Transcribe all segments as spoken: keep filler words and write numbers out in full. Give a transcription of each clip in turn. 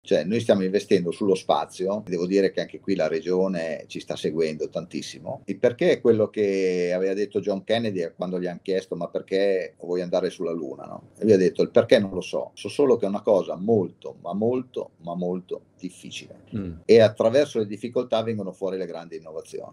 Cioè, noi stiamo investendo sullo spazio, devo dire che anche qui la regione ci sta seguendo tantissimo. Il perché è quello che aveva detto John Kennedy quando gli hanno chiesto ma perché vuoi andare sulla Luna, no? E lui ha detto il perché non lo so, so solo che è una cosa molto, ma molto, ma molto difficile. Mm. E attraverso le difficoltà vengono fuori le grandi innovazioni.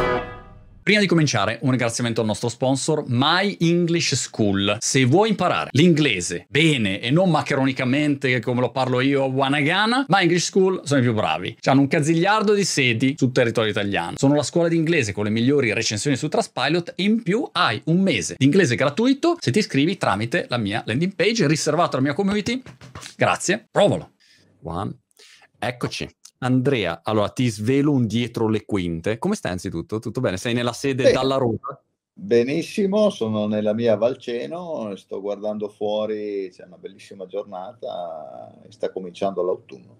Prima di cominciare, un ringraziamento al nostro sponsor My English School. Se vuoi imparare l'inglese bene e non maccheronicamente come lo parlo io a Wanagana, My English School sono i più bravi. Hanno un cazigliardo di sedi sul territorio italiano. Sono la scuola di inglese con le migliori recensioni su Trustpilot e in più hai un mese di inglese gratuito se ti iscrivi tramite la mia landing page riservata alla mia community. Grazie, provalo. One. Eccoci. Andrea, allora ti svelo un dietro le quinte. Come stai anzitutto? Tutto bene? Sei nella sede Beh, Dalla Rosa? Benissimo, sono nella mia Valceno, sto guardando fuori, c'è una bellissima giornata e sta cominciando l'autunno.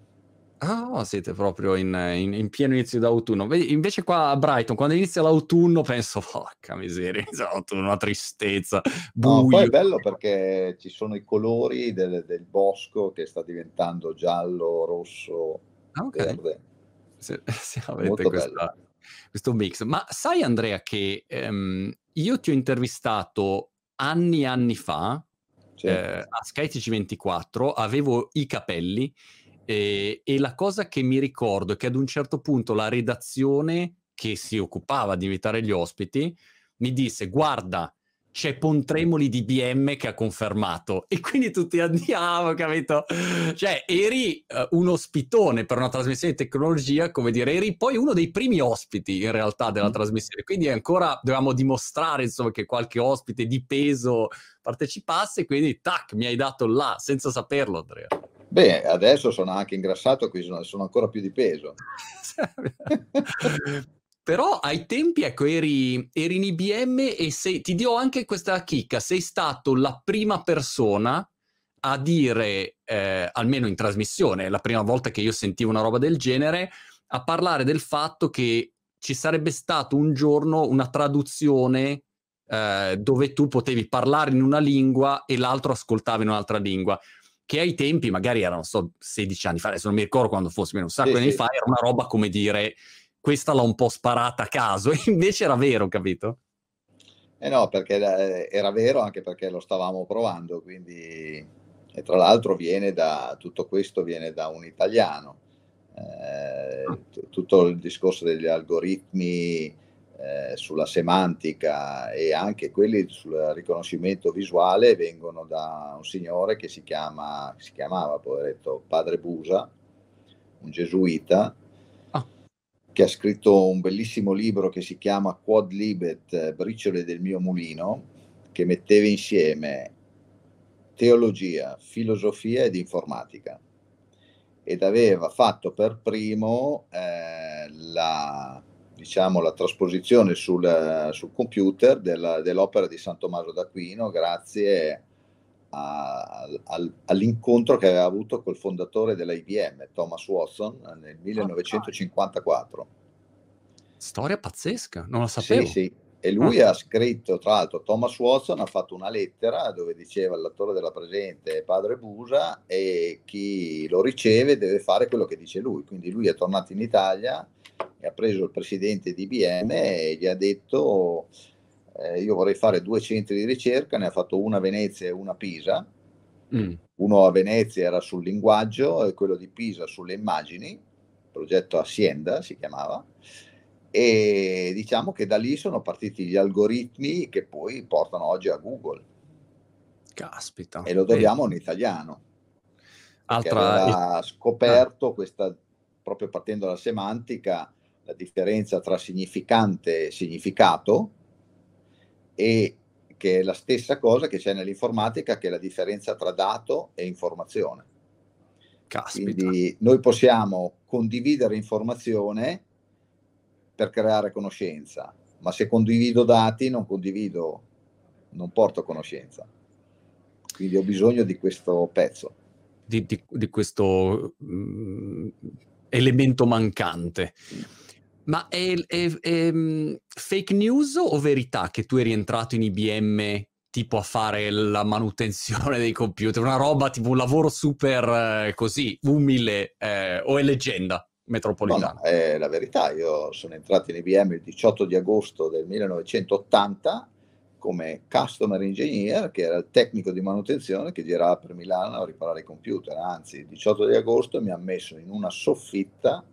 Ah, siete proprio in, in, in pieno inizio d'autunno. Vedi, invece qua a Brighton, quando inizia l'autunno, penso, porca miseria, inizia l'autunno, una tristezza, buio. No, poi è bello perché ci sono i colori del, del bosco che sta diventando giallo, rosso, Ah, okay. verde. Se, se avete questa, questo mix. Ma sai, Andrea, che ehm, io ti ho intervistato anni e anni fa, sì. eh, a Sky T G ventiquattro, avevo i capelli e, e la cosa che mi ricordo è che ad un certo punto la redazione che si occupava di invitare gli ospiti mi disse: guarda, c'è Pontremoli di B M che ha confermato, e quindi tutti andiamo, capito? Cioè, eri uh, un ospitone per una trasmissione di tecnologia, come dire, eri poi uno dei primi ospiti in realtà della mm. trasmissione, quindi ancora dovevamo dimostrare, insomma, che qualche ospite di peso partecipasse, quindi tac, mi hai dato là, senza saperlo, Andrea. Beh, adesso sono anche ingrassato, qui sono, sono ancora più di peso. Però ai tempi, ecco, eri, eri in I B M e sei, ti do anche questa chicca, sei stato la prima persona a dire, eh, almeno in trasmissione, la prima volta che io sentivo una roba del genere, a parlare del fatto che ci sarebbe stato un giorno una traduzione eh, dove tu potevi parlare in una lingua e l'altro ascoltava in un'altra lingua, che ai tempi magari erano, non so, sedici anni fa, adesso non mi ricordo quando fosse, un sacco di anni fa, era una roba come dire... questa l'ho un po' sparata a caso, invece era vero, capito? Eh no, perché era vero anche perché lo stavamo provando, quindi, e tra l'altro viene da, tutto questo viene da un italiano, eh, t- tutto il discorso degli algoritmi eh, sulla semantica e anche quelli sul riconoscimento visuale vengono da un signore che si chiama, si chiamava, poveretto, Padre Busa, un gesuita, che ha scritto un bellissimo libro che si chiama Quod Libet, Briciole del mio mulino, che metteva insieme teologia, filosofia ed informatica, ed aveva fatto per primo eh, la, diciamo, la trasposizione sul, sul computer della, dell'opera di San Tommaso d'Aquino grazie a, al, all'incontro che aveva avuto col fondatore della I B M, Thomas Watson, nel millenovecentocinquantaquattro. Storia pazzesca, non lo sapevo. Sì, sì. E lui ah. ha scritto, tra l'altro, Thomas Watson ha fatto una lettera dove diceva l'attore della presente Padre Busa e chi lo riceve deve fare quello che dice lui. Quindi lui è tornato in Italia e ha preso il presidente di I B M e gli ha detto eh, io vorrei fare due centri di ricerca, ne ha fatto una a Venezia e una a Pisa. Mm. Uno a Venezia era sul linguaggio e quello di Pisa sulle immagini, progetto Hacienda si chiamava. E diciamo che da lì sono partiti gli algoritmi che poi portano oggi a Google. Caspita. E lo dobbiamo a un italiano. Perché Altra... aveva scoperto ah. questa, proprio partendo dalla semantica, la differenza tra significante e significato, e che è la stessa cosa che c'è nell'informatica, che è la differenza tra dato e informazione. Caspita. Quindi noi possiamo condividere informazione per creare conoscenza, ma se condivido dati non condivido, non porto conoscenza. Quindi ho bisogno di questo pezzo. Di, di, di questo mm, elemento mancante. Ma è, è, è, è fake news o verità che tu eri entrato in I B M tipo a fare la manutenzione dei computer, una roba tipo un lavoro super eh, così, umile, eh, o è leggenda No, no, metropolitana? è la verità. Io sono entrato in I B M il diciotto di agosto del millenovecentottanta come customer engineer, che era il tecnico di manutenzione che girava per Milano a riparare i computer. Anzi, il diciotto di agosto mi ha messo in una soffitta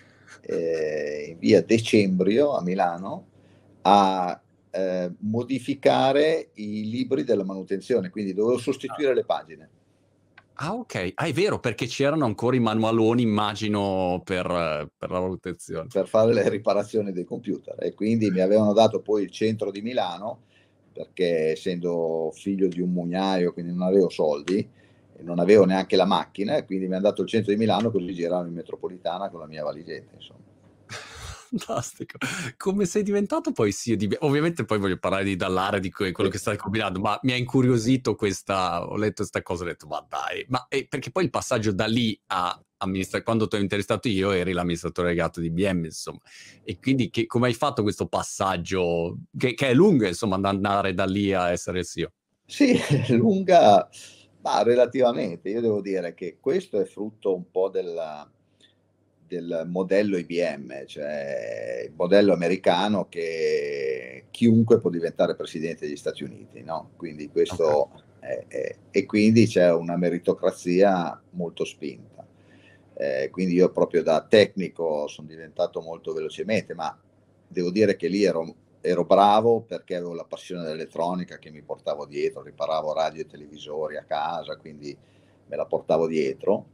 eh, in via Decembrio a Milano a eh, modificare i libri della manutenzione, quindi dovevo sostituire le pagine. Ah, ok. Ah, è vero, perché c'erano ancora i manualoni, immagino, per, per la manutenzione. Per fare le riparazioni dei computer, e quindi mi avevano dato poi il centro di Milano, perché essendo figlio di un mugnaio, quindi non avevo soldi e non avevo neanche la macchina, e quindi mi hanno dato il centro di Milano, così giravo in metropolitana con la mia valigetta, insomma. Fantastico. Come sei diventato poi C E O di B M? Ovviamente poi voglio parlare di Dallara, di quello sì. che stai combinando, ma mi ha incuriosito questa, ho letto questa cosa, ho detto ma dai, ma eh, perché poi il passaggio da lì a amministratore, quando ti ho intervistato io eri l'amministratore delegato di I B M, insomma, e quindi che, come hai fatto questo passaggio, che, che è lungo, insomma, andare da lì a essere il C E O? Sì, è lunga, ma relativamente. Io devo dire che questo è frutto un po' della, del modello I B M, cioè il modello americano che chiunque può diventare presidente degli Stati Uniti, no? Quindi questo okay. è, è, e quindi c'è una meritocrazia molto spinta. Eh, quindi io proprio da tecnico sono diventato molto velocemente, ma devo dire che lì ero, ero bravo perché avevo la passione dell'elettronica che mi portavo dietro, riparavo radio e televisori a casa, quindi me la portavo dietro.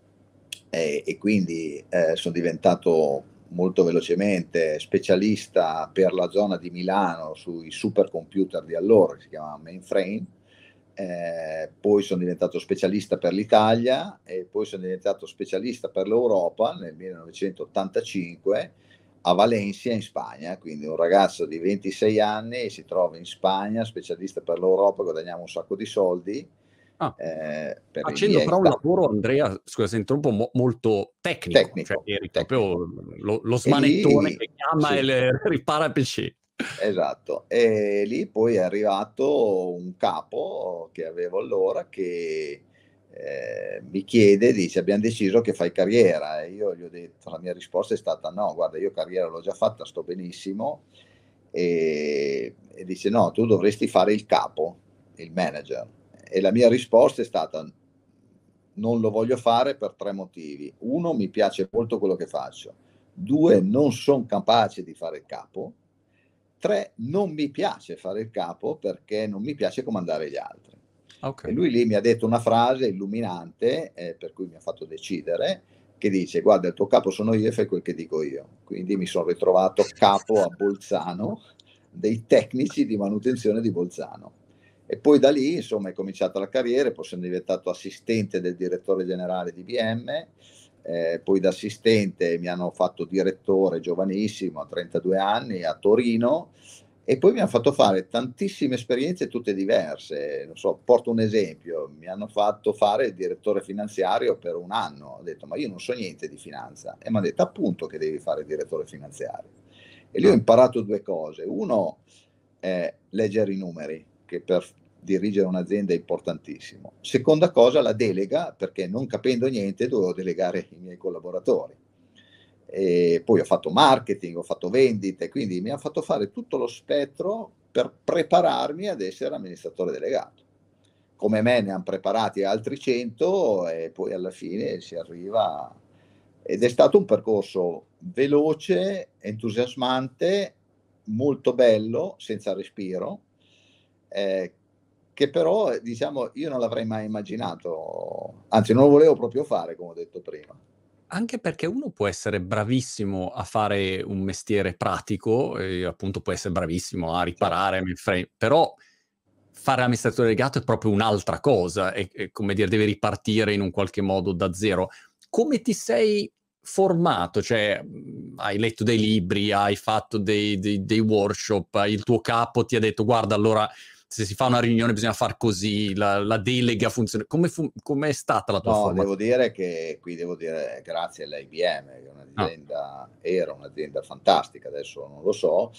E, e quindi eh, sono diventato molto velocemente specialista per la zona di Milano sui supercomputer di allora, che si chiamava mainframe, eh, poi sono diventato specialista per l'Italia e poi sono diventato specialista per l'Europa nel millenovecentottantacinque a Valencia in Spagna, quindi un ragazzo di ventisei anni si trova in Spagna, specialista per l'Europa, guadagniamo un sacco di soldi. Ah. Eh, per Facendo però un sta- lavoro, Andrea, scusa se interrompo, mo- molto tecnico, tecnico, cioè eri tecnico. proprio lo, lo E smanettone lì, che chiama sì, e le, ripara il P C. esatto, e lì poi è arrivato un capo che avevo allora che eh, mi chiede, dice abbiamo deciso che fai carriera, e io gli ho detto, la mia risposta è stata no, guarda, io carriera l'ho già fatta, sto benissimo, e, e dice no, tu dovresti fare il capo, il manager, e la mia risposta è stata non lo voglio fare per tre motivi: uno, mi piace molto quello che faccio; due, non sono capace di fare il capo; tre, non mi piace fare il capo perché non mi piace comandare gli altri. Okay. E lui lì mi ha detto una frase illuminante, eh, per cui mi ha fatto decidere, che dice guarda, il tuo capo sono io e fai quel che dico io. Quindi mi sono ritrovato capo a Bolzano dei tecnici di manutenzione di Bolzano. E poi da lì, insomma, è cominciata la carriera, poi sono diventato assistente del direttore generale di I B M, eh, poi da assistente mi hanno fatto direttore giovanissimo a trentadue anni a Torino, e poi mi hanno fatto fare tantissime esperienze tutte diverse. Non so, porto un esempio: mi hanno fatto fare il direttore finanziario per un anno. Ho detto ma io non so niente di finanza, e mi hanno detto appunto che devi fare il direttore finanziario. E lì ho imparato due cose: uno è leggere i numeri, che per dirigere un'azienda è importantissimo; seconda cosa, la delega, perché non capendo niente dovevo delegare i miei collaboratori. E poi ho fatto marketing, ho fatto vendite, quindi mi ha fatto fare tutto lo spettro per prepararmi ad essere amministratore delegato. Come me ne hanno preparati altri cento, e poi alla fine si arriva, ed è stato un percorso veloce, entusiasmante, molto bello, senza respiro, eh, che però, diciamo, io non l'avrei mai immaginato, anzi non lo volevo proprio fare, come ho detto prima. Anche perché uno può essere bravissimo a fare un mestiere pratico, e appunto può essere bravissimo a riparare, certo, però fare l'amministratore delegato è proprio un'altra cosa, è, è come dire, deve ripartire in un qualche modo da zero. Come ti sei formato? Cioè, hai letto dei libri, hai fatto dei, dei, dei workshop, il tuo capo ti ha detto guarda, allora se si fa una riunione bisogna far così, la, la delega funziona. Come fu- com'è stata la tua No, formazione? devo dire che qui devo dire grazie all'I B M, che è un'azienda, Ah. era un'azienda fantastica, adesso non lo so,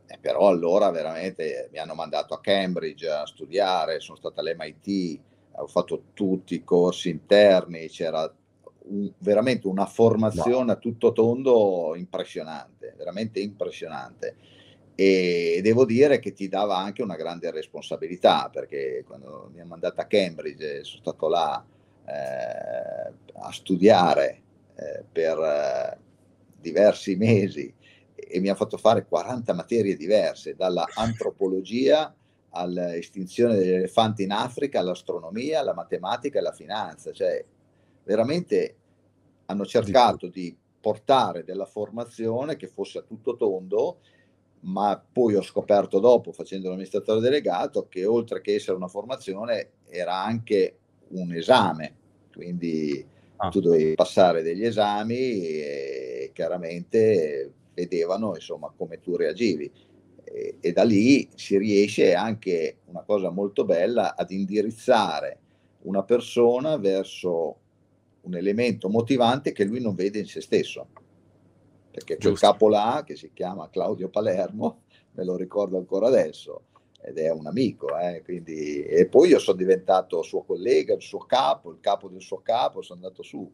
eh, però allora veramente mi hanno mandato a Cambridge a studiare, sono stato all'M I T, ho fatto tutti i corsi interni, c'era un, veramente una formazione Wow. a tutto tondo impressionante, veramente impressionante. E devo dire che ti dava anche una grande responsabilità, perché quando mi hanno mandato a Cambridge sono stato là eh, a studiare eh, per eh, diversi mesi e mi ha fatto fare quaranta materie diverse, dalla antropologia all'estinzione degli elefanti in Africa, all'astronomia, alla matematica e alla finanza. Cioè, veramente hanno Di tutto. cercato di portare della formazione che fosse a tutto tondo, ma poi ho scoperto dopo, facendo l'amministratore delegato, che oltre che essere una formazione era anche un esame, quindi Ah. tu dovevi passare degli esami e chiaramente vedevano insomma come tu reagivi e, e da lì si riesce anche, una cosa molto bella, ad indirizzare una persona verso un elemento motivante che lui non vede in se stesso, perché quel Giusto. capo là che si chiama Claudio Palermo me lo ricordo ancora adesso ed è un amico, eh, quindi, e poi io sono diventato suo collega, il suo capo, il capo del suo capo, sono andato su.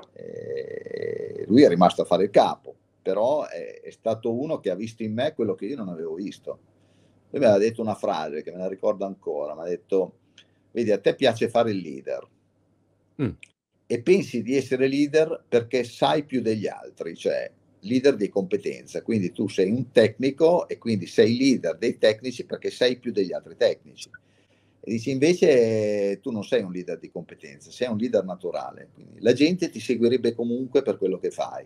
E lui è rimasto a fare il capo, però è, è stato uno che ha visto in me quello che io non avevo visto. Lui mi aveva detto una frase che me la ricordo ancora, mi ha detto: vedi, a te piace fare il leader Mm. e pensi di essere leader perché sai più degli altri, cioè leader di competenza, quindi tu sei un tecnico e quindi sei leader dei tecnici perché sei più degli altri tecnici. E dici invece tu non sei un leader di competenza, sei un leader naturale, quindi la gente ti seguirebbe comunque per quello che fai.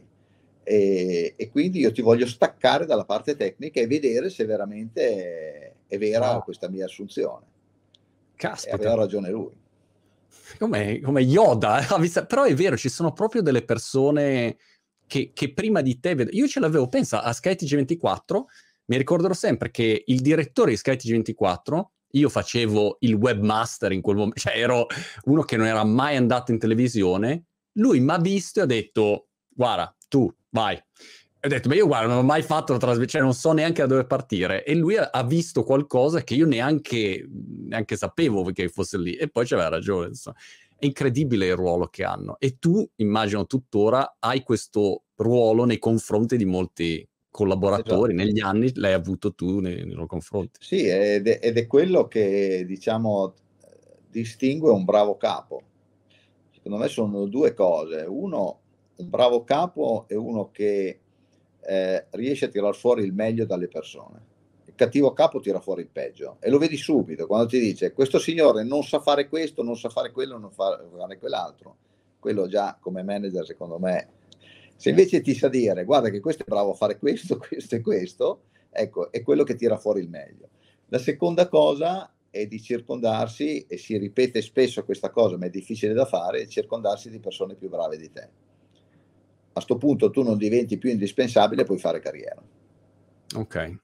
E, e quindi io ti voglio staccare dalla parte tecnica e vedere se veramente è vera Wow. questa mia assunzione. E aveva Caspita. ragione lui. Come, come Yoda, eh? Però è vero, ci sono proprio delle persone che, che prima di te... ved- Io ce l'avevo, pensa, a SkyTG ventiquattro, mi ricorderò sempre che il direttore di SkyTG ventiquattro, io facevo il webmaster in quel momento, cioè ero uno che non era mai andato in televisione, lui mi ha visto e ha detto, guarda, tu, vai. E ho detto, ma io guarda, non ho mai fatto la trasmissione, cioè non so neanche da dove partire. E lui ha, ha visto qualcosa che io neanche, neanche sapevo che fosse lì. E poi c'aveva ragione, insomma. È incredibile il ruolo che hanno. E tu, immagino tuttora, hai questo ruolo nei confronti di molti collaboratori. Esatto. Negli anni l'hai avuto tu nei, nei loro confronti. Sì, ed è, ed è quello che, diciamo, distingue un bravo capo. Secondo me sono due cose. Uno, un bravo capo è uno che eh, riesce a tirar fuori il meglio dalle persone. Il cattivo capo tira fuori il peggio e lo vedi subito quando ti dice questo signore non sa fare questo, non sa fare quello, non fa fare quell'altro. Quello già come manager, secondo me, se invece ti sa dire guarda che questo è bravo a fare questo, questo e questo, ecco, è quello che tira fuori il meglio. La seconda cosa è di circondarsi, e si ripete spesso questa cosa, ma è difficile da fare, è circondarsi di persone più brave di te. A sto punto tu non diventi più indispensabile e puoi fare carriera. Ok.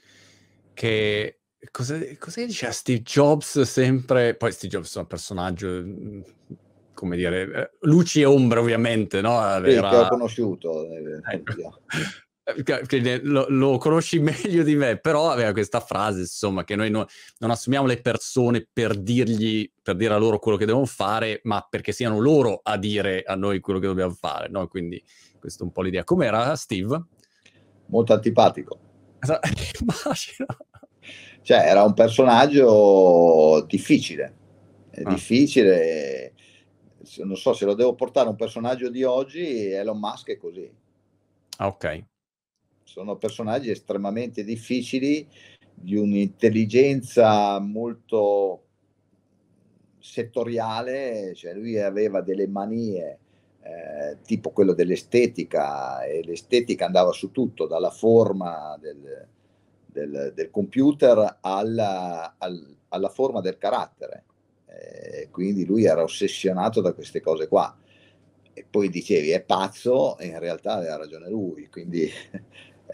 Che cosa, cosa diceva Steve Jobs sempre? Poi Steve Jobs è un personaggio, come dire, luci e ombre ovviamente, no? Sì, che ho Era... conosciuto. Eh, Ecco. io. Che lo, lo conosci meglio di me, però aveva questa frase, insomma, che noi no, non assumiamo le persone per dirgli, per dire a loro quello che devono fare, ma perché siano loro a dire a noi quello che dobbiamo fare, no? Quindi questa è un po' l'idea. Com'era Steve? Molto antipatico. Immagino. Cioè, era un personaggio difficile. È Ah. difficile. Non so se lo devo portare a un personaggio di oggi, Elon Musk è così. Ah, ok. Sono personaggi estremamente difficili, di un'intelligenza molto settoriale, cioè lui aveva delle manie eh, tipo quello dell'estetica, e l'estetica andava su tutto, dalla forma del, del, del computer alla, al, alla forma del carattere. Eh, quindi lui era ossessionato da queste cose qua. E poi dicevi è pazzo, e in realtà aveva ragione lui. Quindi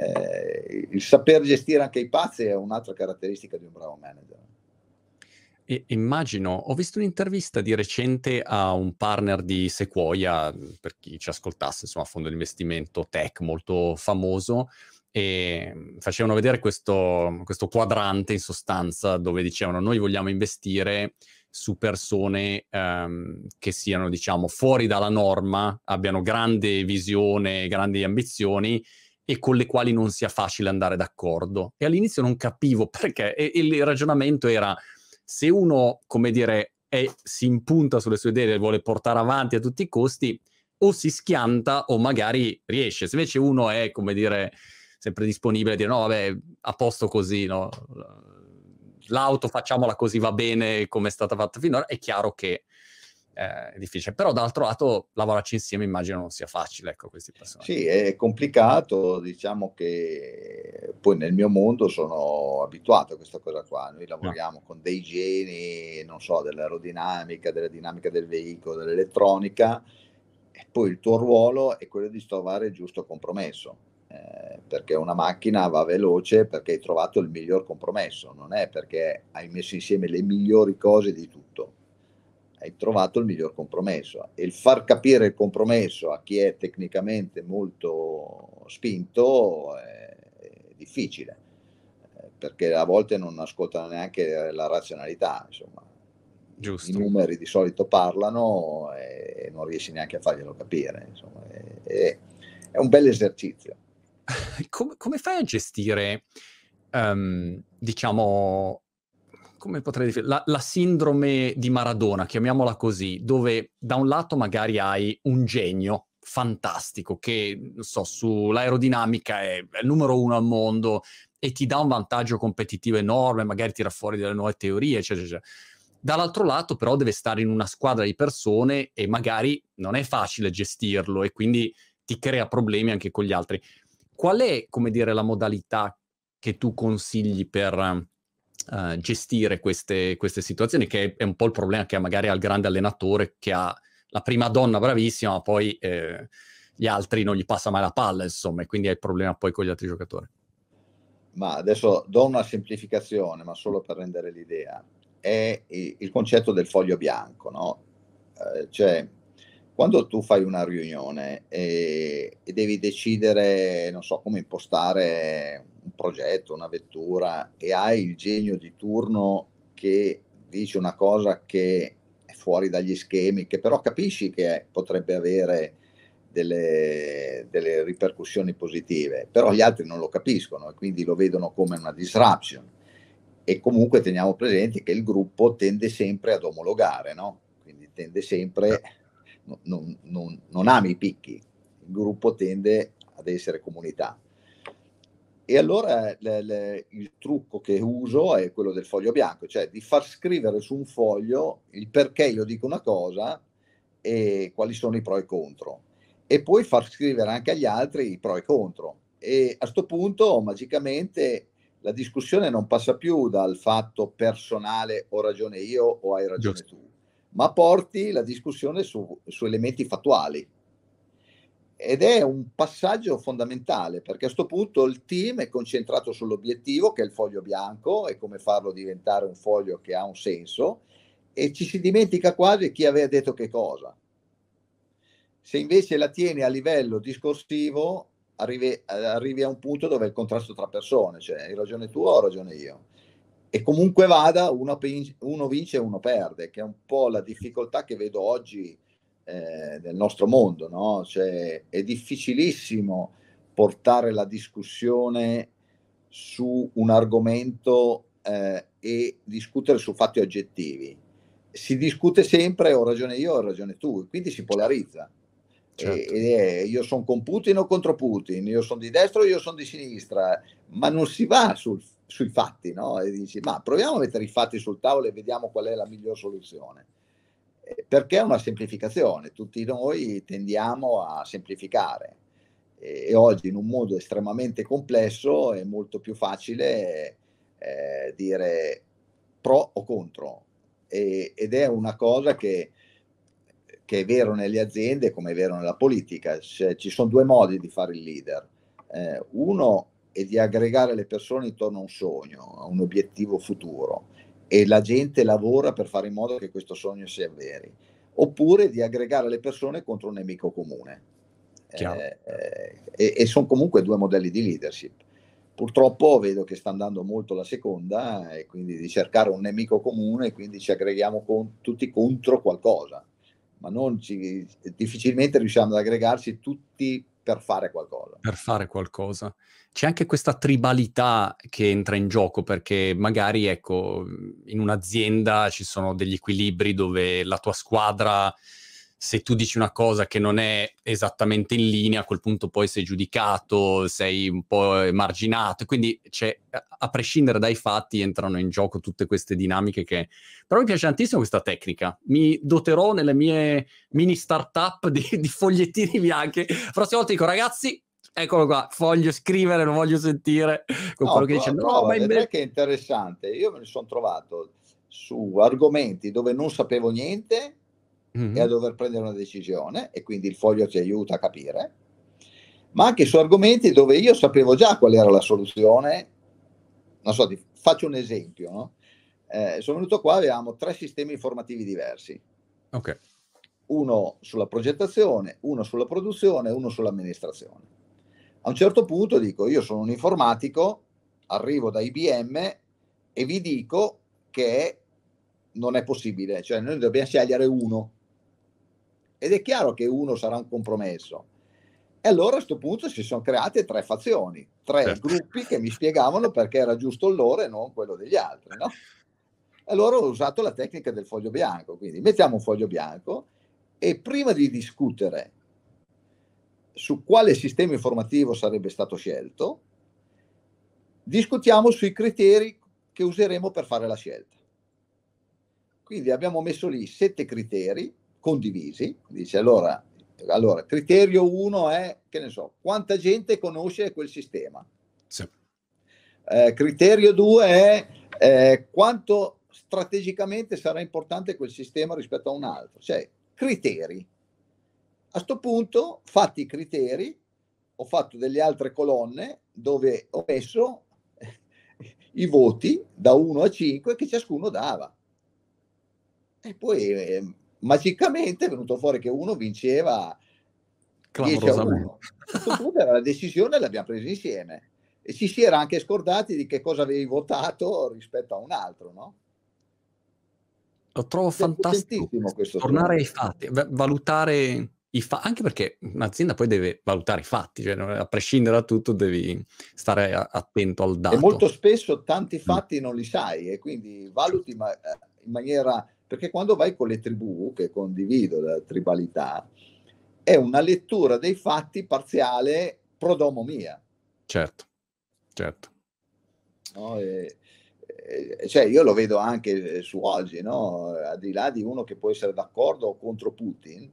eh, il saper gestire anche i pazzi è un'altra caratteristica di un bravo manager. E immagino, ho visto un'intervista di recente a un partner di Sequoia, per chi ci ascoltasse, insomma, fondo di investimento tech molto famoso, e facevano vedere questo, questo quadrante in sostanza dove dicevano: noi vogliamo investire su persone ehm, che siano, diciamo, fuori dalla norma, abbiano grande visione, grandi ambizioni e con le quali non sia facile andare d'accordo. E all'inizio non capivo perché, e, e il ragionamento era: se uno, come dire, è, si impunta sulle sue idee e le vuole portare avanti a tutti i costi, o si schianta o magari riesce. Se invece uno è, come dire, sempre disponibile a dire: no, vabbè, a posto così, no? L'auto facciamola così, va bene come è stata fatta finora, è chiaro che eh, è difficile. Però dall'altro lato lavorarci insieme immagino non sia facile, ecco, questi personaggi. Sì, è complicato, diciamo che poi nel mio mondo sono abituato a questa cosa qua. Noi lavoriamo no. con dei geni, non so, dell'aerodinamica, della dinamica del veicolo, dell'elettronica, e poi il tuo ruolo è quello di trovare il giusto compromesso. Eh, perché una macchina va veloce perché hai trovato il miglior compromesso, non è perché hai messo insieme le migliori cose di tutto, hai trovato il miglior compromesso, e il far capire il compromesso a chi è tecnicamente molto spinto è, è difficile, eh, perché a volte non ascoltano neanche la razionalità, insomma. Giusto. I numeri di solito parlano e non riesci neanche a farglielo capire, insomma. È, è, è un bel esercizio. Come, come fai a gestire, um, diciamo, come potrei definire, la, la sindrome di Maradona, chiamiamola così, dove da un lato magari hai un genio fantastico che, non so, sull'aerodinamica è, è il numero uno al mondo e ti dà un vantaggio competitivo enorme, magari tira fuori delle nuove teorie, eccetera, eccetera. Dall'altro lato però deve stare in una squadra di persone e magari non è facile gestirlo e quindi ti crea problemi anche con gli altri. Qual è, come dire, la modalità che tu consigli per uh, gestire queste, queste situazioni, che è un po' il problema che ha magari al grande allenatore che ha la prima donna bravissima, ma poi eh, gli altri non gli passa mai la palla, insomma, e quindi hai il problema poi con gli altri giocatori. Ma adesso do una semplificazione, ma solo per rendere l'idea. È il concetto del foglio bianco, no? Eh, cioè, quando tu fai una riunione e, e devi decidere, non so, come impostare un progetto, una vettura, e hai il genio di turno che dice una cosa che è fuori dagli schemi, che però capisci che potrebbe avere delle, delle ripercussioni positive, però gli altri non lo capiscono e quindi lo vedono come una disruption. E comunque teniamo presente che il gruppo tende sempre ad omologare, no? Quindi tende sempre, non, non, non ama i picchi, il gruppo tende ad essere comunità. E allora le, le, il trucco che uso è quello del foglio bianco, cioè di far scrivere su un foglio il perché io dico una cosa e quali sono i pro e contro, e poi far scrivere anche agli altri i pro e contro. E a sto punto magicamente la discussione non passa più dal fatto personale ho ragione io o hai ragione Giusto. tu, ma porti la discussione su, su elementi fattuali. Ed è un passaggio fondamentale, perché a sto punto il team è concentrato sull'obiettivo, che è il foglio bianco, e come farlo diventare un foglio che ha un senso, e ci si dimentica quasi chi aveva detto che cosa. Se invece la tieni a livello discorsivo, arrivi, arrivi a un punto dove è il contrasto tra persone, cioè hai ragione tu o ho ragione io. E comunque vada, uno, uno vince e uno perde, che è un po' la difficoltà che vedo oggi eh, nel nostro mondo, no? Cioè, è difficilissimo portare la discussione su un argomento eh, e discutere su fatti oggettivi. Si discute sempre ho ragione io o ho ragione tu, quindi si polarizza. Certo. E, e io sono con Putin o contro Putin, io sono di destra o io sono di sinistra, ma non si va sul, sui fatti, no? E dici, ma proviamo a mettere i fatti sul tavolo e vediamo qual è la miglior soluzione. Eh, perché è una semplificazione, tutti noi tendiamo a semplificare e, e oggi in un mondo estremamente complesso è molto più facile eh, dire pro o contro, e, ed è una cosa che che è vero nelle aziende come è vero nella politica. Cioè, ci sono due modi di fare il leader. Eh, uno è di aggregare le persone intorno a un sogno, a un obiettivo futuro, e la gente lavora per fare in modo che questo sogno si avveri, oppure di aggregare le persone contro un nemico comune. Eh, eh, e e sono comunque due modelli di leadership. Purtroppo vedo che sta andando molto la seconda, e quindi di cercare un nemico comune, e quindi ci aggreghiamo con, tutti contro qualcosa, ma non ci, difficilmente riusciamo ad aggregarci tutti per fare qualcosa. Per fare qualcosa. C'è anche questa tribalità che entra in gioco, perché magari, ecco, in un'azienda ci sono degli equilibri dove la tua squadra, se tu dici una cosa che non è esattamente in linea, a quel punto poi sei giudicato, sei un po' emarginato, e quindi c'è, a prescindere dai fatti, entrano in gioco tutte queste dinamiche che... Però mi piace tantissimo questa tecnica. Mi doterò nelle mie mini startup di, di fogliettini bianchi. La prossima volta dico, ragazzi, eccolo qua, voglio scrivere, lo voglio sentire, con No, quello che prova, dice, no, prova, ma vedrai invece... che è interessante. Io me ne sono trovato su argomenti dove non sapevo niente, Mm-hmm. e a dover prendere una decisione, e quindi il foglio ti aiuta a capire, ma anche su argomenti dove io sapevo già qual era la soluzione. Non so, ti faccio un esempio, no? Eh, sono venuto qua, avevamo tre sistemi informativi diversi. Ok. Uno sulla progettazione, uno sulla produzione, uno sull'amministrazione. A un certo punto dico, io sono un informatico, arrivo da I B M e vi dico che non è possibile, cioè noi dobbiamo scegliere uno, ed è chiaro che uno sarà un compromesso. E allora a questo punto si sono create tre fazioni, tre certo. gruppi che mi spiegavano perché era giusto il loro e non quello degli altri, no? Allora ho usato la tecnica del foglio bianco, quindi mettiamo un foglio bianco e prima di discutere su quale sistema informativo sarebbe stato scelto, discutiamo sui criteri che useremo per fare la scelta. Quindi abbiamo messo lì sette criteri condivisi. Dice allora, allora criterio uno è, che ne so, quanta gente conosce quel sistema. Sì. Eh, criterio due è eh, quanto strategicamente sarà importante quel sistema rispetto a un altro. Cioè, criteri. A sto punto, fatti i criteri, ho fatto delle altre colonne dove ho messo i voti da uno a cinque che ciascuno dava. E poi eh, magicamente è venuto fuori che uno vinceva dieci a uno. A questo punto era la decisione, l'abbiamo presa insieme. E ci si era anche scordati di che cosa avevi votato rispetto a un altro, no? Lo trovo fantastico. Tornare ai fatti, valutare i fatti, anche perché un'azienda poi deve valutare i fatti, cioè a prescindere da tutto devi stare attento al dato. E molto spesso tanti fatti mm. non li sai, e quindi valuti ma, in maniera... Perché quando vai con le tribù, che condivido la tribalità, è una lettura dei fatti parziale pro domo mia. Certo, certo. No? E, e, cioè io lo vedo anche su oggi, no? Al di là di uno che può essere d'accordo o contro Putin,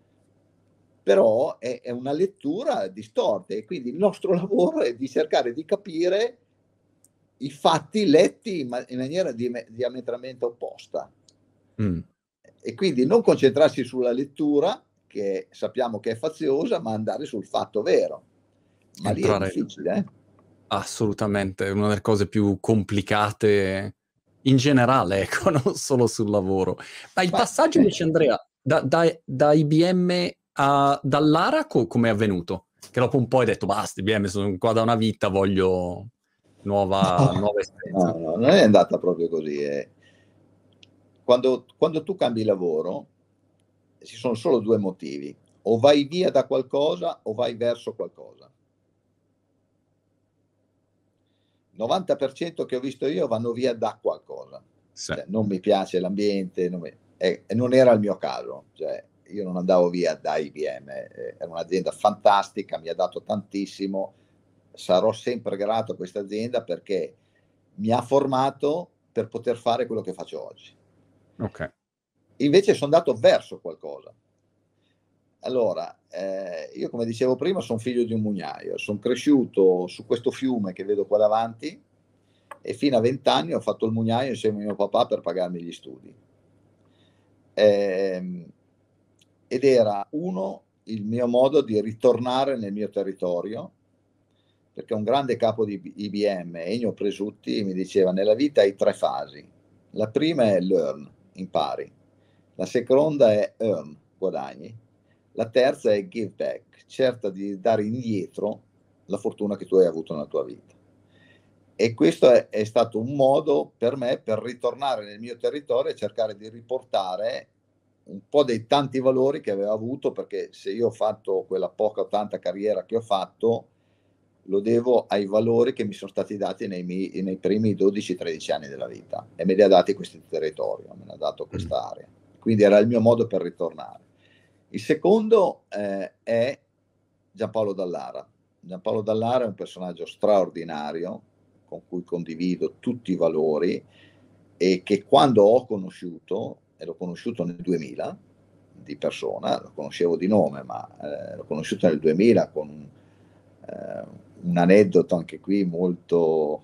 però è, è una lettura distorta, e quindi il nostro lavoro è di cercare di capire i fatti letti in, ma- in maniera di- diametralmente opposta. Mm. E quindi non concentrarsi sulla lettura, che sappiamo che è faziosa, ma andare sul fatto vero. Ma Entrare... lì è difficile, eh? Assolutamente, è una delle cose più complicate in generale, ecco, non solo sul lavoro. Ma il ma... passaggio invece, Andrea, da, da, da I B M a dall'Ara co- come è avvenuto? Che dopo un po' hai detto, basta, I B M sono qua da una vita, voglio nuova, no, nuova esperienza. No, no, non è andata proprio così, eh. Quando, quando tu cambi lavoro, ci sono solo due motivi: o vai via da qualcosa o vai verso qualcosa. novanta per cento che ho visto io vanno via da qualcosa. Sì. Cioè, non mi piace l'ambiente, non, mi, eh, non era il mio caso. Cioè, io non andavo via da I B M, eh, era un'azienda fantastica, mi ha dato tantissimo, sarò sempre grato a questa azienda perché mi ha formato per poter fare quello che faccio oggi. Ok. Invece sono andato verso qualcosa. Allora, eh, io come dicevo prima sono figlio di un mugnaio, sono cresciuto su questo fiume che vedo qua davanti, e fino a vent'anni ho fatto il mugnaio insieme a mio papà per pagarmi gli studi. Eh, ed era uno il mio modo di ritornare nel mio territorio, perché un grande capo di I B M, Ennio Presutti, mi diceva: nella vita hai tre fasi, La prima è learn, impari. La seconda è earn, guadagni. La terza è give back, cerca di dare indietro la fortuna che tu hai avuto nella tua vita. E questo è, è stato un modo per me per ritornare nel mio territorio e cercare di riportare un po' dei tanti valori che avevo avuto, perché se io ho fatto quella poca o tanta carriera che ho fatto, lo devo ai valori che mi sono stati dati nei, miei, nei primi dodici tredici anni della vita, e me li ha dati questo territorio, me l'ha dato questa area. Quindi era il mio modo per ritornare. Il secondo eh, è Giampaolo Dallara. Giampaolo Dallara è un personaggio straordinario, con cui condivido tutti i valori, e che quando ho conosciuto, e l'ho conosciuto nel duemila di persona, lo conoscevo di nome, ma eh, l'ho conosciuto nel duemila con eh, un aneddoto anche qui molto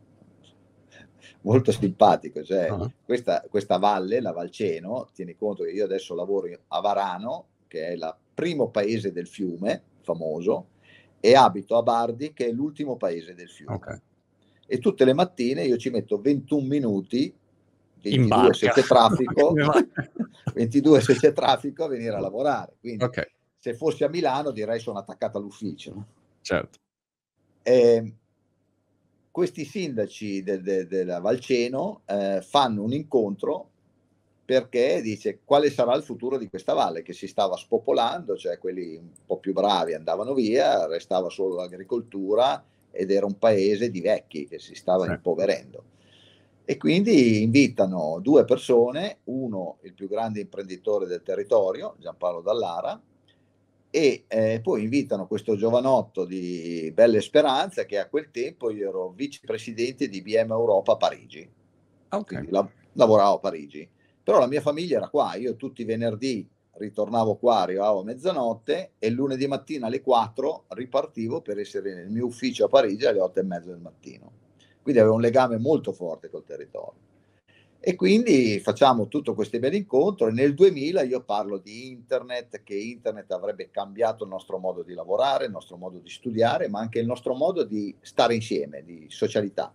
molto simpatico, cioè uh-huh. questa, questa valle, la Valceno, tieni conto che io adesso lavoro a Varano, che è il primo paese del fiume famoso, e abito a Bardi, che è l'ultimo paese del fiume. Okay. E tutte le mattine io ci metto ventuno minuti, ventidue se c'è traffico, ventidue se c'è traffico a venire a lavorare. Quindi okay. Se fossi a Milano direi sono attaccato all'ufficio. Certo. E questi sindaci de, de, della Valceno eh, fanno un incontro perché dice quale sarà il futuro di questa valle che si stava spopolando, cioè quelli un po' più bravi andavano via, restava solo l'agricoltura ed era un paese di vecchi che si stava sì. impoverendo. E quindi invitano due persone, uno il più grande imprenditore del territorio, Giampaolo Dallara, e eh, poi invitano questo giovanotto di belle speranze, che a quel tempo io ero vicepresidente di B M Europa a Parigi, okay. Quindi la, lavoravo a Parigi, però la mia famiglia era qua, io tutti i venerdì ritornavo qua, arrivavo a mezzanotte e il lunedì mattina alle quattro ripartivo per essere nel mio ufficio a Parigi alle otto e mezza del mattino, quindi avevo un legame molto forte col territorio. E quindi facciamo tutto questo bel incontro, e nel duemila io parlo di internet, che internet avrebbe cambiato il nostro modo di lavorare, il nostro modo di studiare, ma anche il nostro modo di stare insieme, di socialità.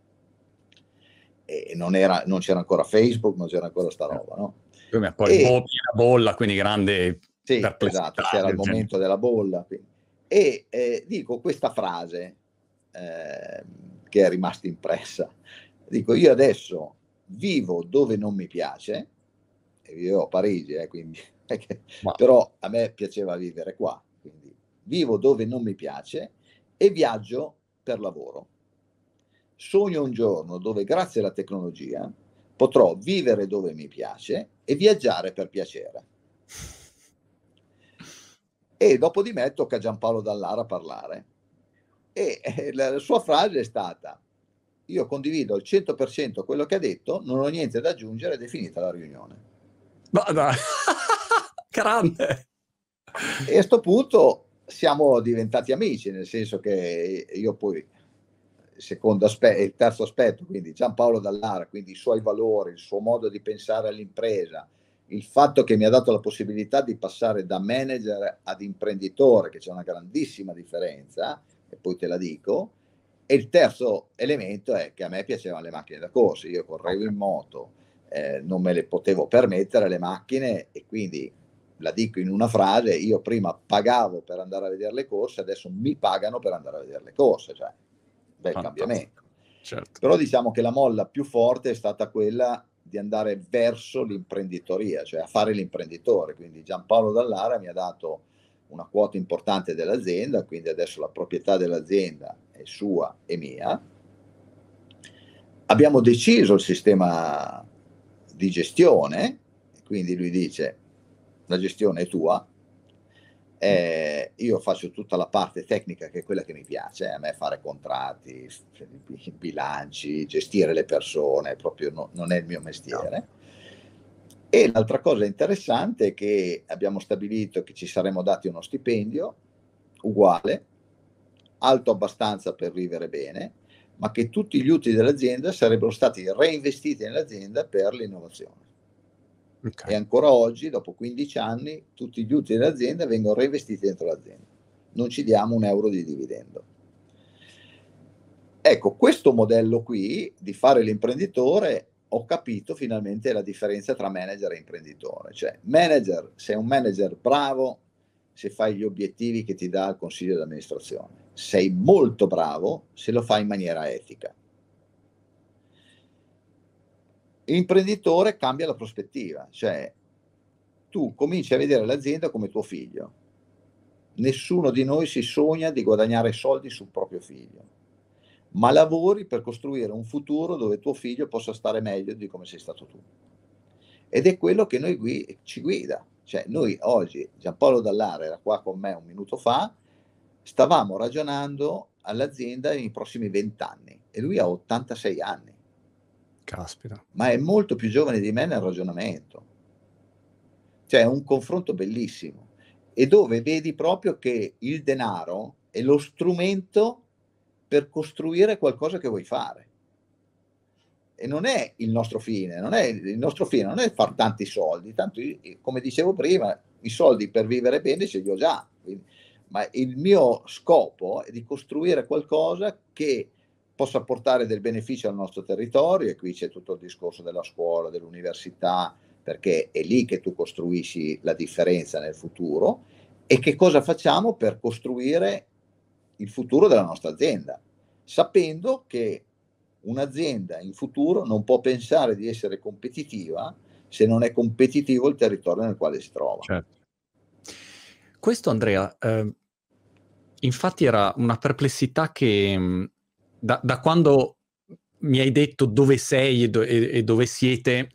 E non, era, non c'era ancora Facebook, non c'era ancora sta roba, no? Come poi e, bolla, quindi grande sì, esatto, c'era il momento della bolla. Quindi. E eh, dico questa frase eh, che è rimasta impressa. Dico, io adesso vivo dove non mi piace, e vivevo a Parigi, eh, quindi, wow. Però a me piaceva vivere qua, quindi vivo dove non mi piace e viaggio per lavoro. Sogno un giorno dove grazie alla tecnologia potrò vivere dove mi piace e viaggiare per piacere. E dopo di me tocca a Giampaolo Dallara parlare, e eh, la sua frase è stata: io condivido al cento per cento quello che ha detto, non ho niente da aggiungere ed è finita la riunione. Ma dai, grande! E a sto punto siamo diventati amici, nel senso che io poi, il secondo aspetto, il terzo aspetto, quindi Giampaolo Dallara, quindi i suoi valori, il suo modo di pensare all'impresa, il fatto che mi ha dato la possibilità di passare da manager ad imprenditore, che c'è una grandissima differenza, e poi te la dico. E il terzo elemento è che a me piacevano le macchine da corsa, io correvo in moto, eh, non me le potevo permettere le macchine, e quindi la dico in una frase: io prima pagavo per andare a vedere le corse, adesso mi pagano per andare a vedere le corse, cioè bel Fantastico. cambiamento. Certo. Però diciamo che la molla più forte è stata quella di andare verso l'imprenditoria, cioè a fare l'imprenditore. Quindi Giampaolo Dallara mi ha dato una quota importante dell'azienda, quindi adesso la proprietà dell'azienda è sua e mia. Abbiamo deciso il sistema di gestione, quindi lui dice: la gestione è tua, eh, io faccio tutta la parte tecnica, che è quella che mi piace, a me fare contratti, bilanci, gestire le persone, proprio no, non è il mio mestiere. E l'altra cosa interessante è che abbiamo stabilito che ci saremmo dati uno stipendio uguale, alto abbastanza per vivere bene, ma che tutti gli utili dell'azienda sarebbero stati reinvestiti nell'azienda per l'innovazione. Okay. E ancora oggi, dopo quindici anni, tutti gli utili dell'azienda vengono reinvestiti dentro l'azienda. Non ci diamo un euro di dividendo. Ecco, questo modello qui di fare l'imprenditore ho capito finalmente la differenza tra manager e imprenditore. Cioè, manager, sei un manager bravo se fai gli obiettivi che ti dà il consiglio di amministrazione. Sei molto bravo se lo fai in maniera etica. Imprenditore cambia la prospettiva, cioè tu cominci a vedere l'azienda come tuo figlio. Nessuno di noi si sogna di guadagnare soldi sul proprio figlio, ma lavori per costruire un futuro dove tuo figlio possa stare meglio di come sei stato tu. Ed è quello che noi gui- ci guida. Cioè, noi oggi, Giampaolo Dall'Ara era qua con me un minuto fa, stavamo ragionando all'azienda nei prossimi vent'anni e lui ha ottantasei anni. Caspita. Ma è molto più giovane di me nel ragionamento. Cioè, è un confronto bellissimo e dove vedi proprio che il denaro è lo strumento per costruire qualcosa che vuoi fare. E non è il nostro fine, non è il nostro fine non è far tanti soldi, tanto io, come dicevo prima, i soldi per vivere bene ce li ho già, quindi, ma il mio scopo è di costruire qualcosa che possa portare del beneficio al nostro territorio, e qui c'è tutto il discorso della scuola, dell'università, perché è lì che tu costruisci la differenza nel futuro. E che cosa facciamo per costruire il futuro della nostra azienda, sapendo che un'azienda in futuro non può pensare di essere competitiva se non è competitivo il territorio nel quale si trova. Certo. Questo, Andrea, eh, infatti era una perplessità che mh, da, da quando mi hai detto dove sei e, do, e, e dove siete,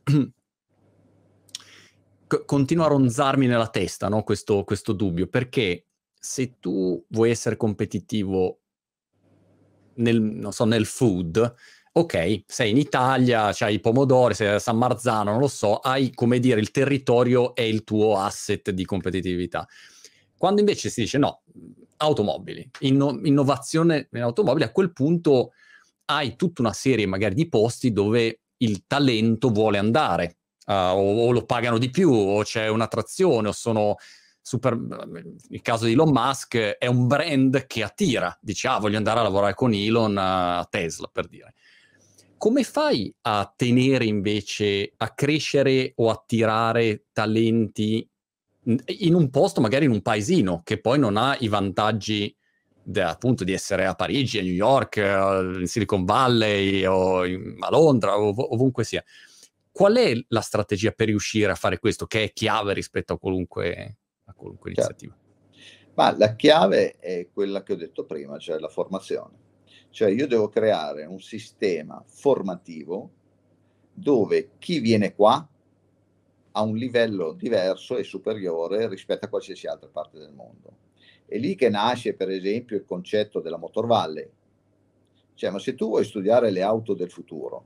c- continua a ronzarmi nella testa, no? questo, questo dubbio, perché se tu vuoi essere competitivo nel, non so, nel food, ok, sei in Italia, c'hai i pomodori, sei a San Marzano, non lo so, hai, come dire, il territorio è il tuo asset di competitività. Quando invece si dice no, automobili, inno- innovazione nell'automobile, a quel punto hai tutta una serie magari di posti dove il talento vuole andare, uh, o, o lo pagano di più, o c'è un'attrazione, o sono super... Il caso di Elon Musk è un brand che attira, dice ah voglio andare a lavorare con Elon a Tesla, per dire. Come fai a tenere invece, a crescere o attirare talenti in un posto, magari in un paesino, che poi non ha i vantaggi de, appunto di essere a Parigi, a New York, in Silicon Valley o in, a Londra, ov- ovunque sia. Qual è la strategia per riuscire a fare questo, che è chiave rispetto a qualunque, a qualunque iniziativa? Ma la chiave è quella che ho detto prima, cioè la formazione. Cioè io devo creare un sistema formativo dove chi viene qua a un livello diverso e superiore rispetto a qualsiasi altra parte del mondo. È lì che nasce, per esempio, il concetto della Motor Valley. Cioè, ma se tu vuoi studiare le auto del futuro,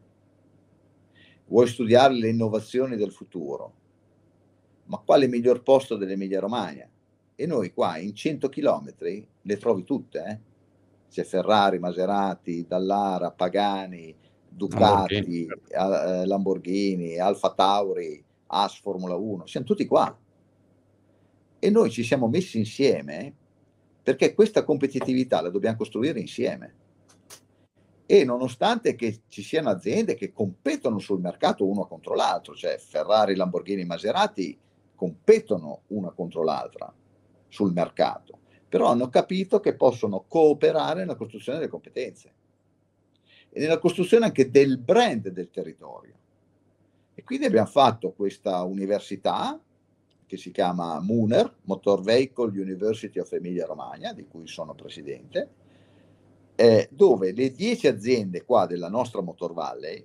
vuoi studiare le innovazioni del futuro, ma quale miglior posto dell'Emilia Romagna? E noi qua in cento chilometri le trovi tutte, eh? C'è Ferrari, Maserati, Dallara, Pagani, Ducati, Lamborghini, eh, Lamborghini, Alfa Tauri, As Formula uno, siamo tutti qua. E noi ci siamo messi insieme perché questa competitività la dobbiamo costruire insieme. E nonostante che ci siano aziende che competono sul mercato uno contro l'altro, cioè Ferrari, Lamborghini, Maserati competono una contro l'altra sul mercato, però hanno capito che possono cooperare nella costruzione delle competenze e nella costruzione anche del brand del territorio. E quindi abbiamo fatto questa università che si chiama MUNER, Motor Vehicle University of Emilia Romagna, di cui sono presidente, eh, dove le dieci aziende qua della nostra Motor Valley,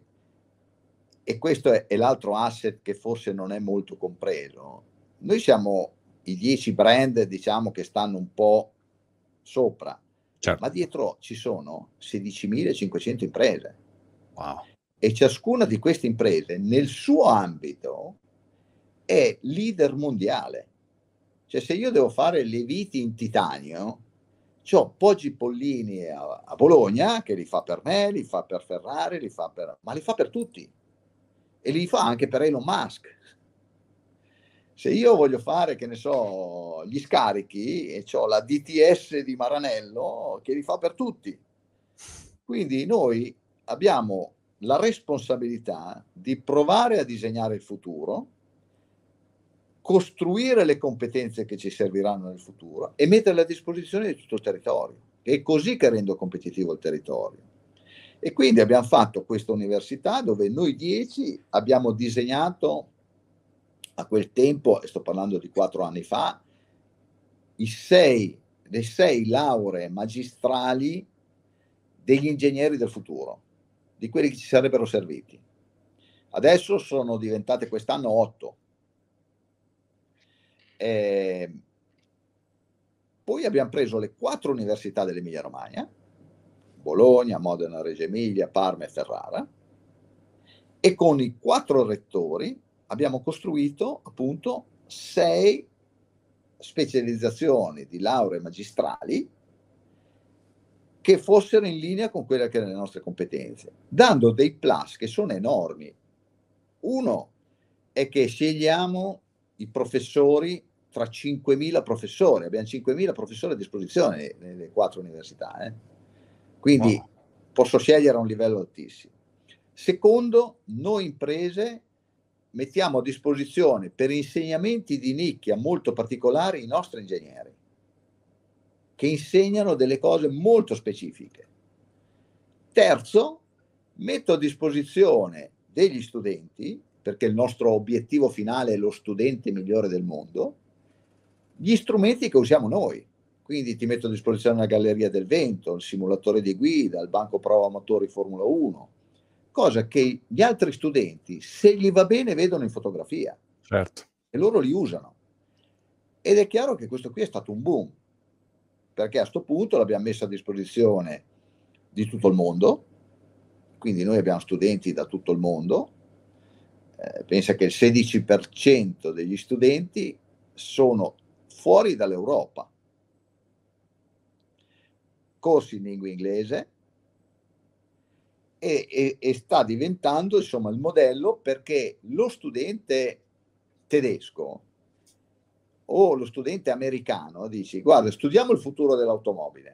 e questo è, è l'altro asset che forse non è molto compreso, noi siamo i dieci brand, diciamo, che stanno un po' sopra, certo. ma dietro ci sono sedicimilacinquecento imprese. Wow. E ciascuna di queste imprese nel suo ambito è leader mondiale. Cioè, se io devo fare le viti in titanio, c'ho Poggi Pollini a, a Bologna che li fa per me, li fa per Ferrari, li fa per, ma li fa per tutti e li fa anche per Elon Musk. Se io voglio fare, che ne so, gli scarichi, e c'ho la D T S di Maranello che li fa per tutti. Quindi noi abbiamo la responsabilità di provare a disegnare il futuro, costruire le competenze che ci serviranno nel futuro e metterle a disposizione di tutto il territorio. È così che rendo competitivo il territorio. E quindi abbiamo fatto questa università dove noi dieci abbiamo disegnato a quel tempo, e sto parlando di quattro anni fa, i sei, le sei lauree magistrali degli ingegneri del futuro, di quelli che ci sarebbero serviti. Adesso sono diventate quest'anno otto. Eh, poi abbiamo preso le quattro università dell'Emilia Romagna, Bologna, Modena, Reggio Emilia, Parma e Ferrara, e con i quattro rettori abbiamo costruito appunto sei specializzazioni di lauree magistrali che fossero in linea con quelle che erano le nostre competenze, dando dei plus che sono enormi. Uno è che scegliamo i professori tra cinquemila professori, abbiamo cinquemila professori a disposizione nelle quattro università, eh? Quindi wow, posso scegliere a un livello altissimo. Secondo, noi imprese mettiamo a disposizione per insegnamenti di nicchia molto particolari i nostri ingegneri, che insegnano delle cose molto specifiche. Terzo, metto a disposizione degli studenti, perché il nostro obiettivo finale è lo studente migliore del mondo, gli strumenti che usiamo noi. Quindi ti metto a disposizione la galleria del vento, il simulatore di guida, il banco prova motori Formula uno, cosa che gli altri studenti, se gli va bene, vedono in fotografia. Certo. E loro li usano. Ed è chiaro che questo qui è stato un boom, perché a sto punto l'abbiamo messo a disposizione di tutto il mondo, quindi noi abbiamo studenti da tutto il mondo. Eh, pensa che il sedici per cento degli studenti sono fuori dall'Europa. Corsi in lingua inglese e, e, e sta diventando insomma il modello, perché lo studente tedesco o lo studente americano dici: guarda, studiamo il futuro dell'automobile.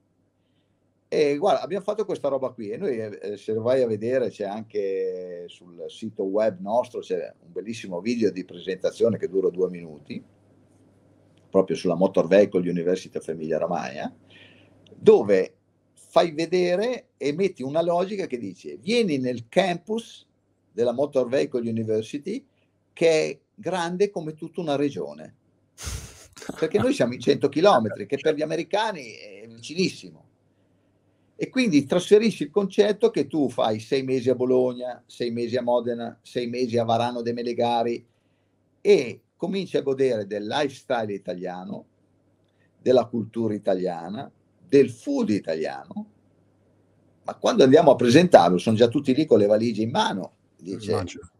E guarda, abbiamo fatto questa roba qui e noi, eh, se lo vai a vedere, c'è anche sul sito web nostro, c'è un bellissimo video di presentazione che dura due minuti, proprio sulla Motor Vehicle University of Emilia Romagna, dove fai vedere e metti una logica che dice: vieni nel campus della Motor Vehicle University, che è grande come tutta una regione, perché noi siamo in cento chilometri, che per gli americani è vicinissimo. E quindi trasferisci il concetto che tu fai sei mesi a Bologna, sei mesi a Modena, sei mesi a Varano de' Melegari e cominci a godere del lifestyle italiano, della cultura italiana, del food italiano. Ma quando andiamo a presentarlo sono già tutti lì con le valigie in mano. Dice,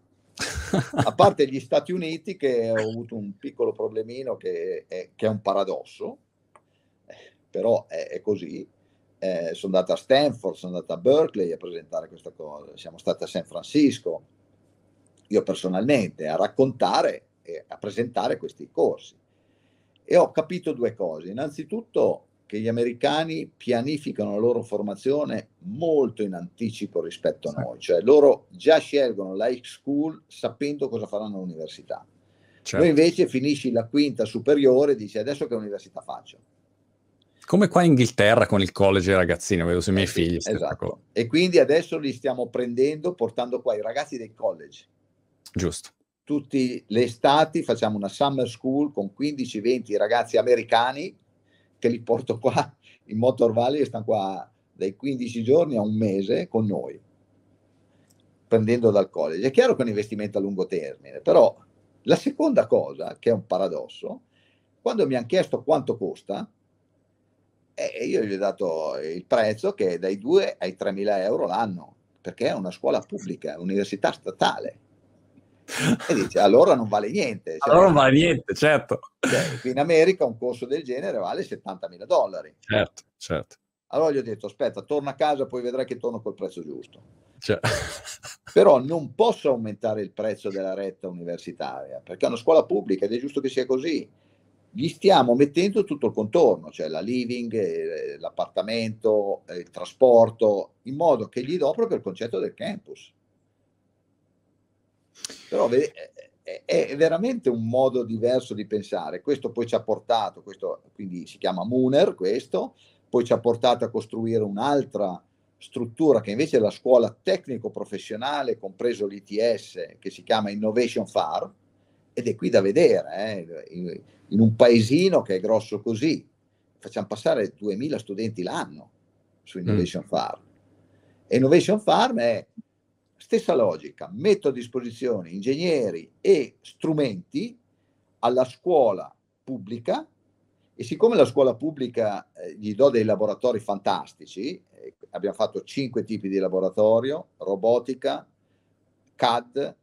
a parte gli Stati Uniti, che ho avuto un piccolo problemino che è, che è un paradosso, eh, però è, è così. Eh, sono andato a Stanford, sono andato a Berkeley a presentare questa cosa, siamo stati a San Francisco, io personalmente, a raccontare e a presentare questi corsi. E ho capito due cose. Innanzitutto che gli americani pianificano la loro formazione molto in anticipo rispetto a noi, cioè loro già scelgono l'high school sapendo cosa faranno all'università. Certo. Noi invece finisci la quinta superiore e dici: adesso che università faccio? Come qua in Inghilterra con il college ragazzino, vedo sui miei eh sì, figli. Esatto. E quindi adesso li stiamo prendendo, portando qua i ragazzi del college. Giusto. Tutte le estati facciamo una summer school con quindici venti ragazzi americani che li porto qua in Motor Valley e stanno qua dai quindici giorni a un mese con noi, prendendo dal college. È chiaro che è un investimento a lungo termine, però la seconda cosa, che è un paradosso, quando mi hanno chiesto quanto costa, e io gli ho dato il prezzo che è dai due ai tremila euro l'anno, perché è una scuola pubblica, università statale. E dice: allora non vale niente. Cioè, allora non vale niente, certo. Cioè, qui in America un corso del genere vale settantamila dollari. Certo, certo. Allora gli ho detto: aspetta, torna a casa, poi vedrai che torno col prezzo giusto. Cioè. Però non posso aumentare il prezzo della retta universitaria, perché è una scuola pubblica ed è giusto che sia così. gli stiamo mettendo tutto il contorno, cioè la living, eh, l'appartamento, eh, il trasporto, in modo che gli do proprio il concetto del campus. Però è, è, è veramente un modo diverso di pensare. Questo poi ci ha portato, questo quindi si chiama Mooner, questo, poi ci ha portato a costruire un'altra struttura che invece è la scuola tecnico-professionale, compreso l'I T S, che si chiama Innovation Farm, ed è qui da vedere, eh, in, in un paesino che è grosso così, facciamo passare duemila studenti l'anno su Innovation mm. Farm. E Innovation Farm è stessa logica, metto a disposizione ingegneri e strumenti alla scuola pubblica, e siccome la scuola pubblica eh, gli do dei laboratori fantastici, eh, abbiamo fatto cinque tipi di laboratorio: robotica, C A D,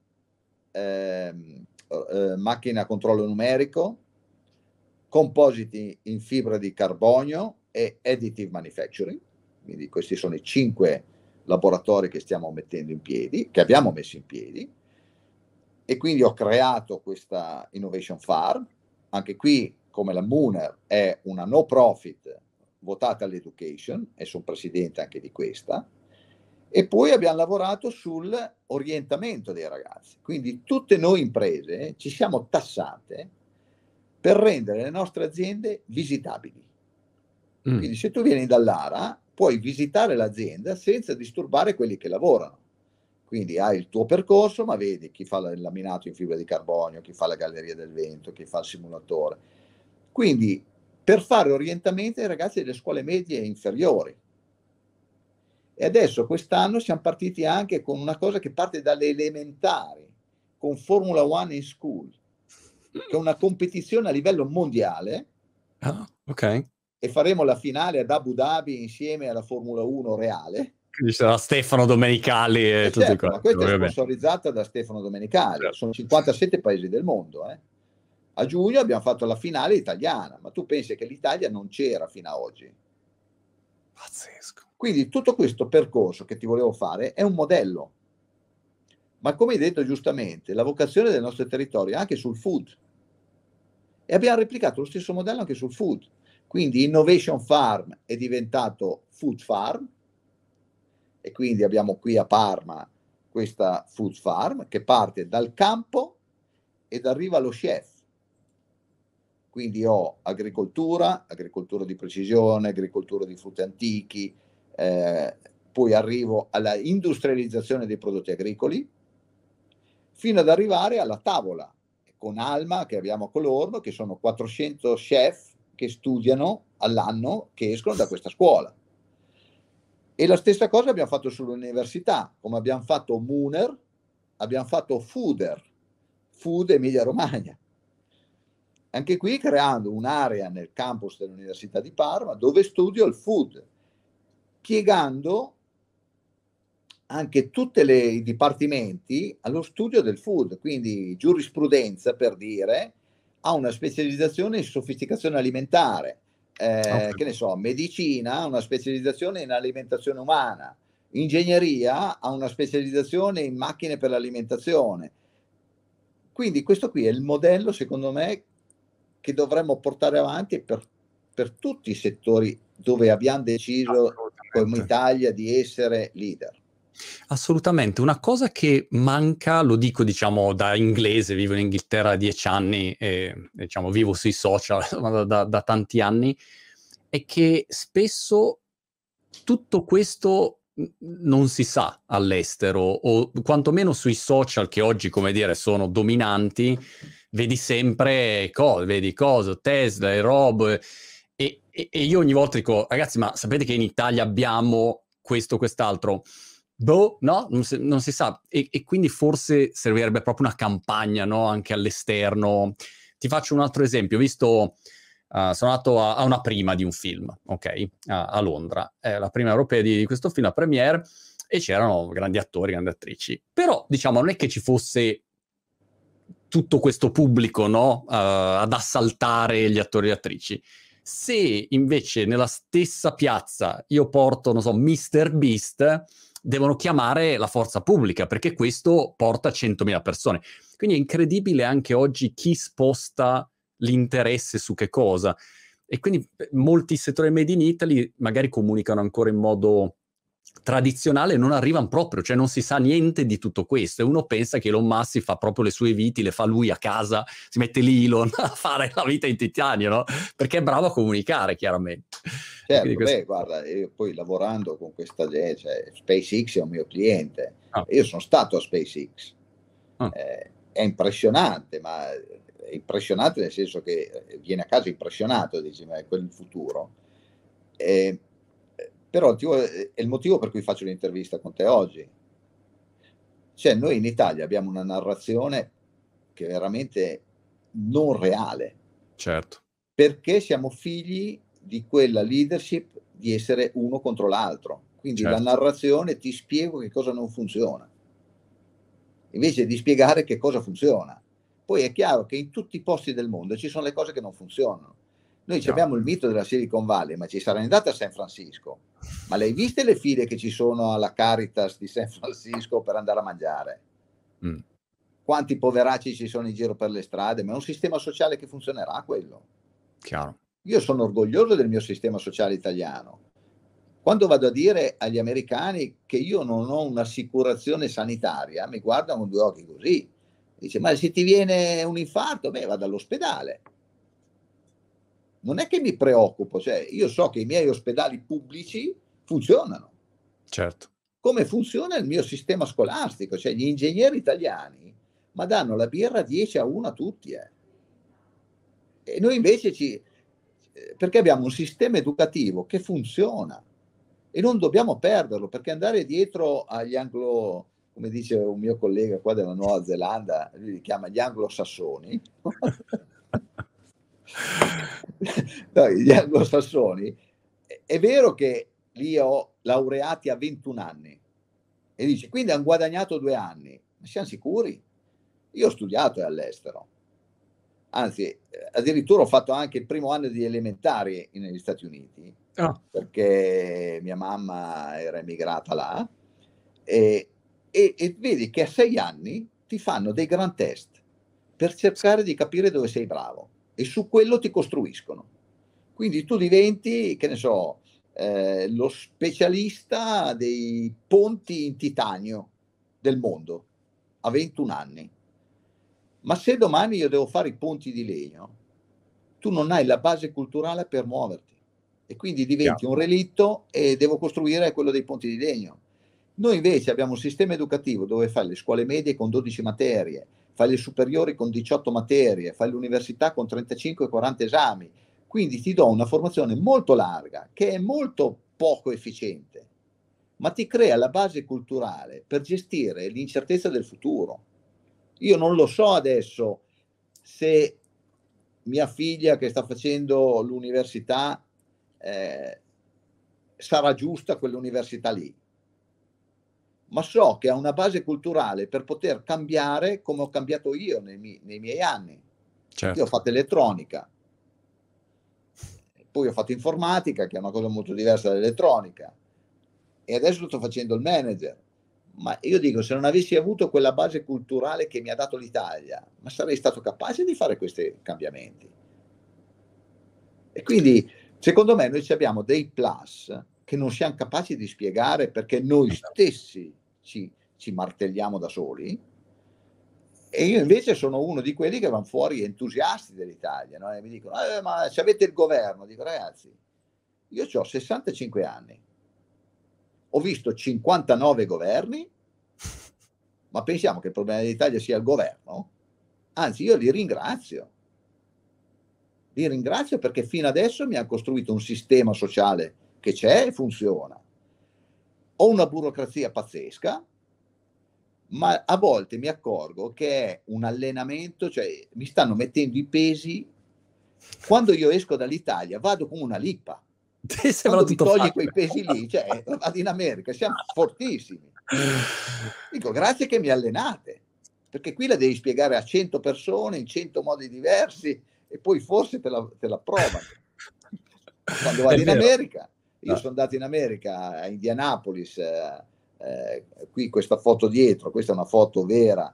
ehm, eh, macchina a controllo numerico, compositi in fibra di carbonio e additive manufacturing. Quindi questi sono i cinque laboratori che stiamo mettendo in piedi, che abbiamo messo in piedi, e quindi ho creato questa Innovation Farm. Anche qui, come la Mooner, è una no profit votata all'education, e sono presidente anche di questa. E poi abbiamo lavorato sull'orientamento dei ragazzi, quindi tutte noi imprese ci siamo tassate per rendere le nostre aziende visitabili. Mm. Quindi se tu vieni dall'Ara puoi visitare l'azienda senza disturbare quelli che lavorano. Quindi hai il tuo percorso, ma vedi chi fa il laminato in fibra di carbonio, chi fa la galleria del vento, chi fa il simulatore. Quindi per fare orientamento ai ragazzi delle scuole medie e inferiori. E adesso quest'anno siamo partiti anche con una cosa che parte dalle elementari, con Formula One in School, che è una competizione a livello mondiale. Ah, ok. E faremo la finale ad Abu Dhabi insieme alla Formula uno reale. Quindi c'era Stefano Domenicali e, e tutti certo, quanti. Ma questa è sponsorizzata da Stefano Domenicali. Certo. Sono cinquantasette paesi del mondo. Eh. A giugno abbiamo fatto la finale italiana, ma tu pensi che l'Italia non c'era fino ad oggi. Pazzesco. Quindi tutto questo percorso che ti volevo fare è un modello. Ma come hai detto giustamente, la vocazione del nostro territorio è anche sul food. E abbiamo replicato lo stesso modello anche sul food. Quindi Innovation Farm è diventato Food Farm, e quindi abbiamo qui a Parma questa Food Farm che parte dal campo ed arriva allo chef. Quindi ho agricoltura, agricoltura di precisione, agricoltura di frutti antichi, eh, poi arrivo alla industrializzazione dei prodotti agricoli, fino ad arrivare alla tavola, con Alma che abbiamo a Colorno, che sono quattrocento chef che studiano all'anno, che escono da questa scuola. E la stessa cosa abbiamo fatto sull'università, come abbiamo fatto Mooner, abbiamo fatto Fooder, Food Emilia Romagna. Anche qui creando un'area nel campus dell'Università di Parma dove studio il food, piegando anche tutti i dipartimenti allo studio del food. Quindi giurisprudenza, per dire, ha una specializzazione in sofisticazione alimentare, eh, okay. Che ne so, medicina ha una specializzazione in alimentazione umana, ingegneria ha una specializzazione in macchine per l'alimentazione. Quindi questo qui è il modello, secondo me, che dovremmo portare avanti per, per tutti i settori dove abbiamo deciso come Italia di essere leader. Assolutamente. Una cosa che manca, lo dico diciamo da inglese, vivo in Inghilterra da dieci anni e diciamo vivo sui social da, da, da tanti anni, è che spesso tutto questo non si sa all'estero, o quantomeno sui social che oggi, come dire, sono dominanti, vedi sempre cose, vedi cose, Tesla e robe, e, e, e io ogni volta dico, ragazzi, ma sapete che in Italia abbiamo questo, quest'altro? Boh, no, non si, non si sa, e, e quindi forse servirebbe proprio una campagna, no? Anche all'esterno. Ti faccio un altro esempio, ho visto, uh, sono andato a, a una prima di un film, ok, a, a Londra, è la prima europea di, di questo film, la premiere, e c'erano grandi attori, grandi attrici, però diciamo non è che ci fosse tutto questo pubblico, no? Uh, ad assaltare gli attori e attrici. Se invece nella stessa piazza io porto, non so, mister Beast, devono chiamare la forza pubblica, perché questo porta centomila persone. Quindi è incredibile anche oggi chi sposta l'interesse su che cosa. E quindi molti settori made in Italy magari comunicano ancora in modo tradizionale, non arrivano proprio, cioè non si sa niente di tutto questo, e uno pensa che Elon Musk si fa proprio le sue viti, le fa lui a casa, si mette lì Elon a fare la vita in titanio, no? Perché è bravo a comunicare, chiaramente. Certo, questo... beh, guarda, io poi lavorando con questa gente, cioè, SpaceX è un mio cliente, ah. io sono stato a SpaceX, ah. eh, è impressionante, ma è impressionante nel senso che viene a casa impressionato, dici, ma è quel il futuro. Eh, però è il motivo per cui faccio l'intervista con te oggi. Cioè, noi in Italia abbiamo una narrazione che è veramente non reale. Certo. Perché siamo figli di quella leadership di essere uno contro l'altro. Quindi certo. La narrazione ti spiego che cosa non funziona, invece di spiegare che cosa funziona. Poi è chiaro che in tutti i posti del mondo ci sono le cose che non funzionano. Noi no. abbiamo il mito della Silicon Valley, ma ci sarai andata a San Francisco? Ma le hai viste le file che ci sono alla Caritas di San Francisco per andare a mangiare? Mm. Quanti poveracci ci sono in giro per le strade? Ma è un sistema sociale che funzionerà quello? Chiaro. Io sono orgoglioso del mio sistema sociale italiano. Quando vado a dire agli americani che io non ho un'assicurazione sanitaria, mi guardano con due occhi così. Dice, ma se ti viene un infarto, beh, vado all'ospedale. Non è che mi preoccupo, cioè io so che i miei ospedali pubblici funzionano. Certo. Come funziona il mio sistema scolastico, cioè gli ingegneri italiani, ma danno la birra dieci a uno a tutti, eh. E noi invece ci... perché abbiamo un sistema educativo che funziona e non dobbiamo perderlo, perché andare dietro agli anglo, come dice un mio collega qua della Nuova Zelanda, lui li chiama gli anglosassoni, no, gli anglosassoni, è vero che lì ho laureati a ventuno anni e dice quindi hanno guadagnato due anni, ma siamo sicuri? Io ho studiato all'estero, anzi addirittura ho fatto anche il primo anno di elementari negli Stati Uniti, oh. perché mia mamma era emigrata là, e, e, e vedi che a sei anni ti fanno dei grand test per cercare di capire dove sei bravo e su quello ti costruiscono. Quindi tu diventi, che ne so, eh, lo specialista dei ponti in titanio del mondo a ventuno anni. Ma se domani io devo fare i ponti di legno, tu non hai la base culturale per muoverti e quindi diventi yeah. un relitto e devo costruire quello dei ponti di legno. Noi invece abbiamo un sistema educativo dove fai le scuole medie con dodici materie, fai le superiori con diciotto materie, fai l'università con trentacinque quaranta esami, quindi ti do una formazione molto larga che è molto poco efficiente, ma ti crea la base culturale per gestire l'incertezza del futuro. Io non lo so adesso se mia figlia che sta facendo l'università eh, sarà giusta quell'università lì, ma so che ha una base culturale per poter cambiare come ho cambiato io nei, mi- nei miei anni. Certo. Io ho fatto elettronica, poi ho fatto informatica, che è una cosa molto diversa dall'elettronica, e adesso sto facendo il manager. Ma io dico, se non avessi avuto quella base culturale che mi ha dato l'Italia, ma sarei stato capace di fare questi cambiamenti. E quindi, secondo me, noi abbiamo dei plus che non siamo capaci di spiegare perché noi stessi ci, ci martelliamo da soli. E io invece sono uno di quelli che vanno fuori entusiasti dell'Italia, no? E mi dicono, eh, ma se avete il governo, dico, ragazzi, io ho sessantacinque anni. Ho visto cinquantanove governi, ma pensiamo che il problema dell'Italia sia il governo? Anzi, io li ringrazio. Li ringrazio perché fino adesso mi hanno costruito un sistema sociale che c'è e funziona. Ho una burocrazia pazzesca, ma a volte mi accorgo che è un allenamento, cioè mi stanno mettendo i pesi. Quando io esco dall'Italia vado come una lippa. Quando mi togli quei pesi lì, cioè vado in America, siamo fortissimi. Dico, grazie che mi allenate, perché qui la devi spiegare a cento persone in cento modi diversi e poi forse te la, te la provano. Quando vado in America, io no. sono andato in America a Indianapolis, eh, eh, qui questa foto dietro, questa è una foto vera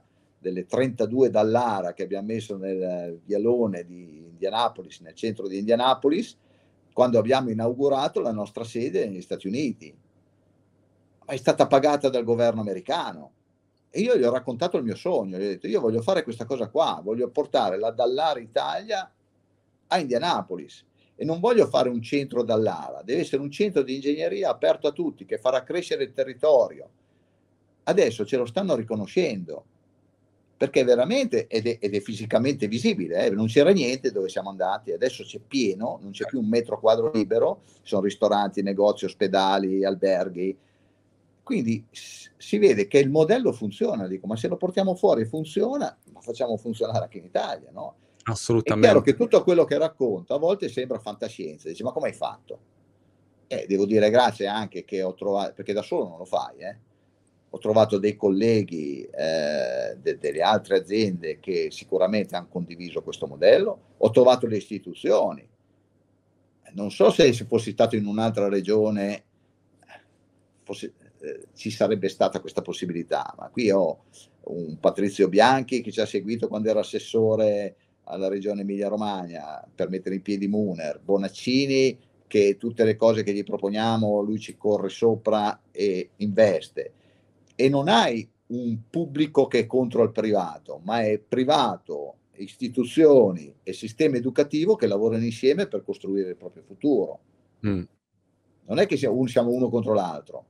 delle trentadue Dallara che abbiamo messo nel vialone di Indianapolis, nel centro di Indianapolis, quando abbiamo inaugurato la nostra sede negli Stati Uniti. È stata pagata dal governo americano. E io gli ho raccontato il mio sogno, gli ho detto: io voglio fare questa cosa qua, voglio portare la Dallara Italia a Indianapolis, e non voglio fare un centro Dallara, deve essere un centro di ingegneria aperto a tutti, che farà crescere il territorio. Adesso ce lo stanno riconoscendo, perché veramente, ed è, ed è fisicamente visibile, eh? Non c'era niente dove siamo andati, adesso c'è pieno, non c'è più un metro quadro libero, ci sono ristoranti, negozi, ospedali, alberghi. Quindi si vede che il modello funziona. Dico, ma se lo portiamo fuori e funziona, ma facciamo funzionare anche in Italia, no? Assolutamente. È chiaro che tutto quello che racconto a volte sembra fantascienza. Dici, ma come hai fatto? Eh, devo dire grazie anche che ho trovato, perché da solo non lo fai, eh? Ho trovato dei colleghi eh, de- delle altre aziende che sicuramente hanno condiviso questo modello, ho trovato le istituzioni. Non so se, se fossi stato in un'altra regione fosse, eh, ci sarebbe stata questa possibilità, ma qui ho un Patrizio Bianchi che ci ha seguito quando era assessore alla regione Emilia-Romagna per mettere in piedi Muner, Bonaccini che tutte le cose che gli proponiamo lui ci corre sopra e investe, e non hai un pubblico che è contro il privato, ma è privato, istituzioni e sistema educativo che lavorano insieme per costruire il proprio futuro. Mm. Non è che siamo uno contro l'altro.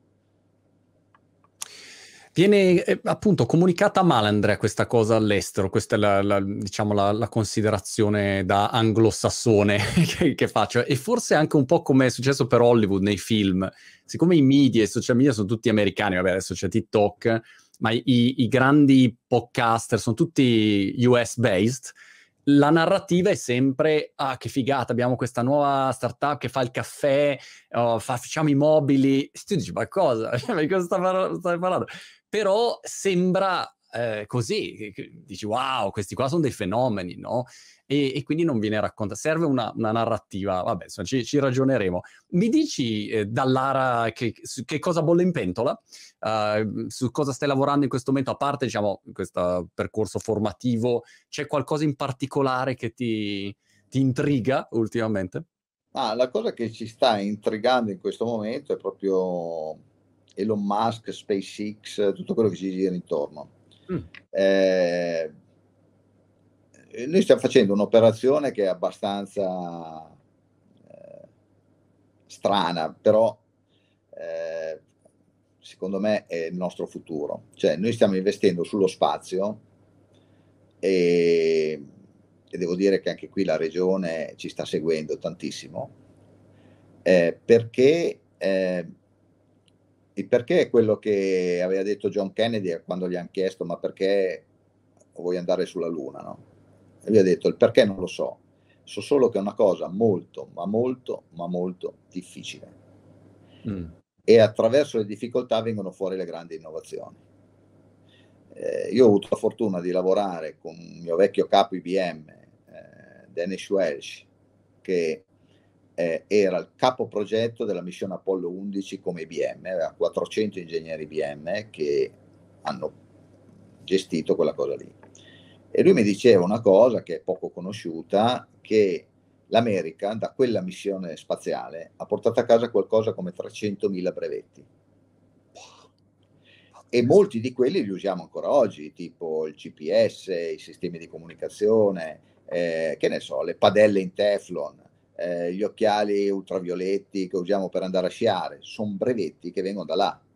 Viene eh, appunto comunicata male, Andrea, questa cosa all'estero. Questa è la, la, diciamo la, la considerazione da anglosassone che, che faccio, e forse anche un po' come è successo per Hollywood nei film. Siccome i media e i social media sono tutti americani, vabbè adesso c'è TikTok, ma i, i grandi podcaster sono tutti U S based, la narrativa è sempre: ah, che figata, abbiamo questa nuova startup che fa il caffè, oh, fa, facciamo i mobili. E tu dici, ma cosa? Ma cosa stai parlando? Però sembra eh, così, dici wow, questi qua sono dei fenomeni, no? E, e quindi non viene raccontata, serve una, una narrativa, vabbè, insomma, ci, ci ragioneremo. Mi dici, eh, Dallara, che, che cosa bolle in pentola? Uh, su cosa stai lavorando in questo momento, a parte, diciamo, questo percorso formativo? C'è qualcosa in particolare che ti, ti intriga ultimamente? Ah, la cosa che ci sta intrigando in questo momento è proprio Elon Musk, SpaceX, tutto quello che ci gira intorno. Mm. Eh, noi stiamo facendo un'operazione che è abbastanza eh, strana, però eh, secondo me è il nostro futuro. Cioè, noi stiamo investendo sullo spazio e, e devo dire che anche qui la regione ci sta seguendo tantissimo, eh, perché eh, il perché è quello che aveva detto John Kennedy quando gli hanno chiesto: ma perché vuoi andare sulla Luna, no? E lui ha detto: il perché non lo so, so solo che è una cosa molto, ma molto, ma molto difficile. Mm. E attraverso le difficoltà vengono fuori le grandi innovazioni. Eh, io ho avuto la fortuna di lavorare con il mio vecchio capo I B M, eh, Dennis Welsh, che eh, era il capo progetto della missione Apollo undici come I B M, aveva quattrocento ingegneri I B M che hanno gestito quella cosa lì. E lui mi diceva una cosa che è poco conosciuta, che l'America da quella missione spaziale ha portato a casa qualcosa come trecentomila brevetti. E molti di quelli li usiamo ancora oggi, tipo il G P S, i sistemi di comunicazione, eh, che ne so, le padelle in Teflon, eh, gli occhiali ultravioletti che usiamo per andare a sciare, sono brevetti che vengono da là.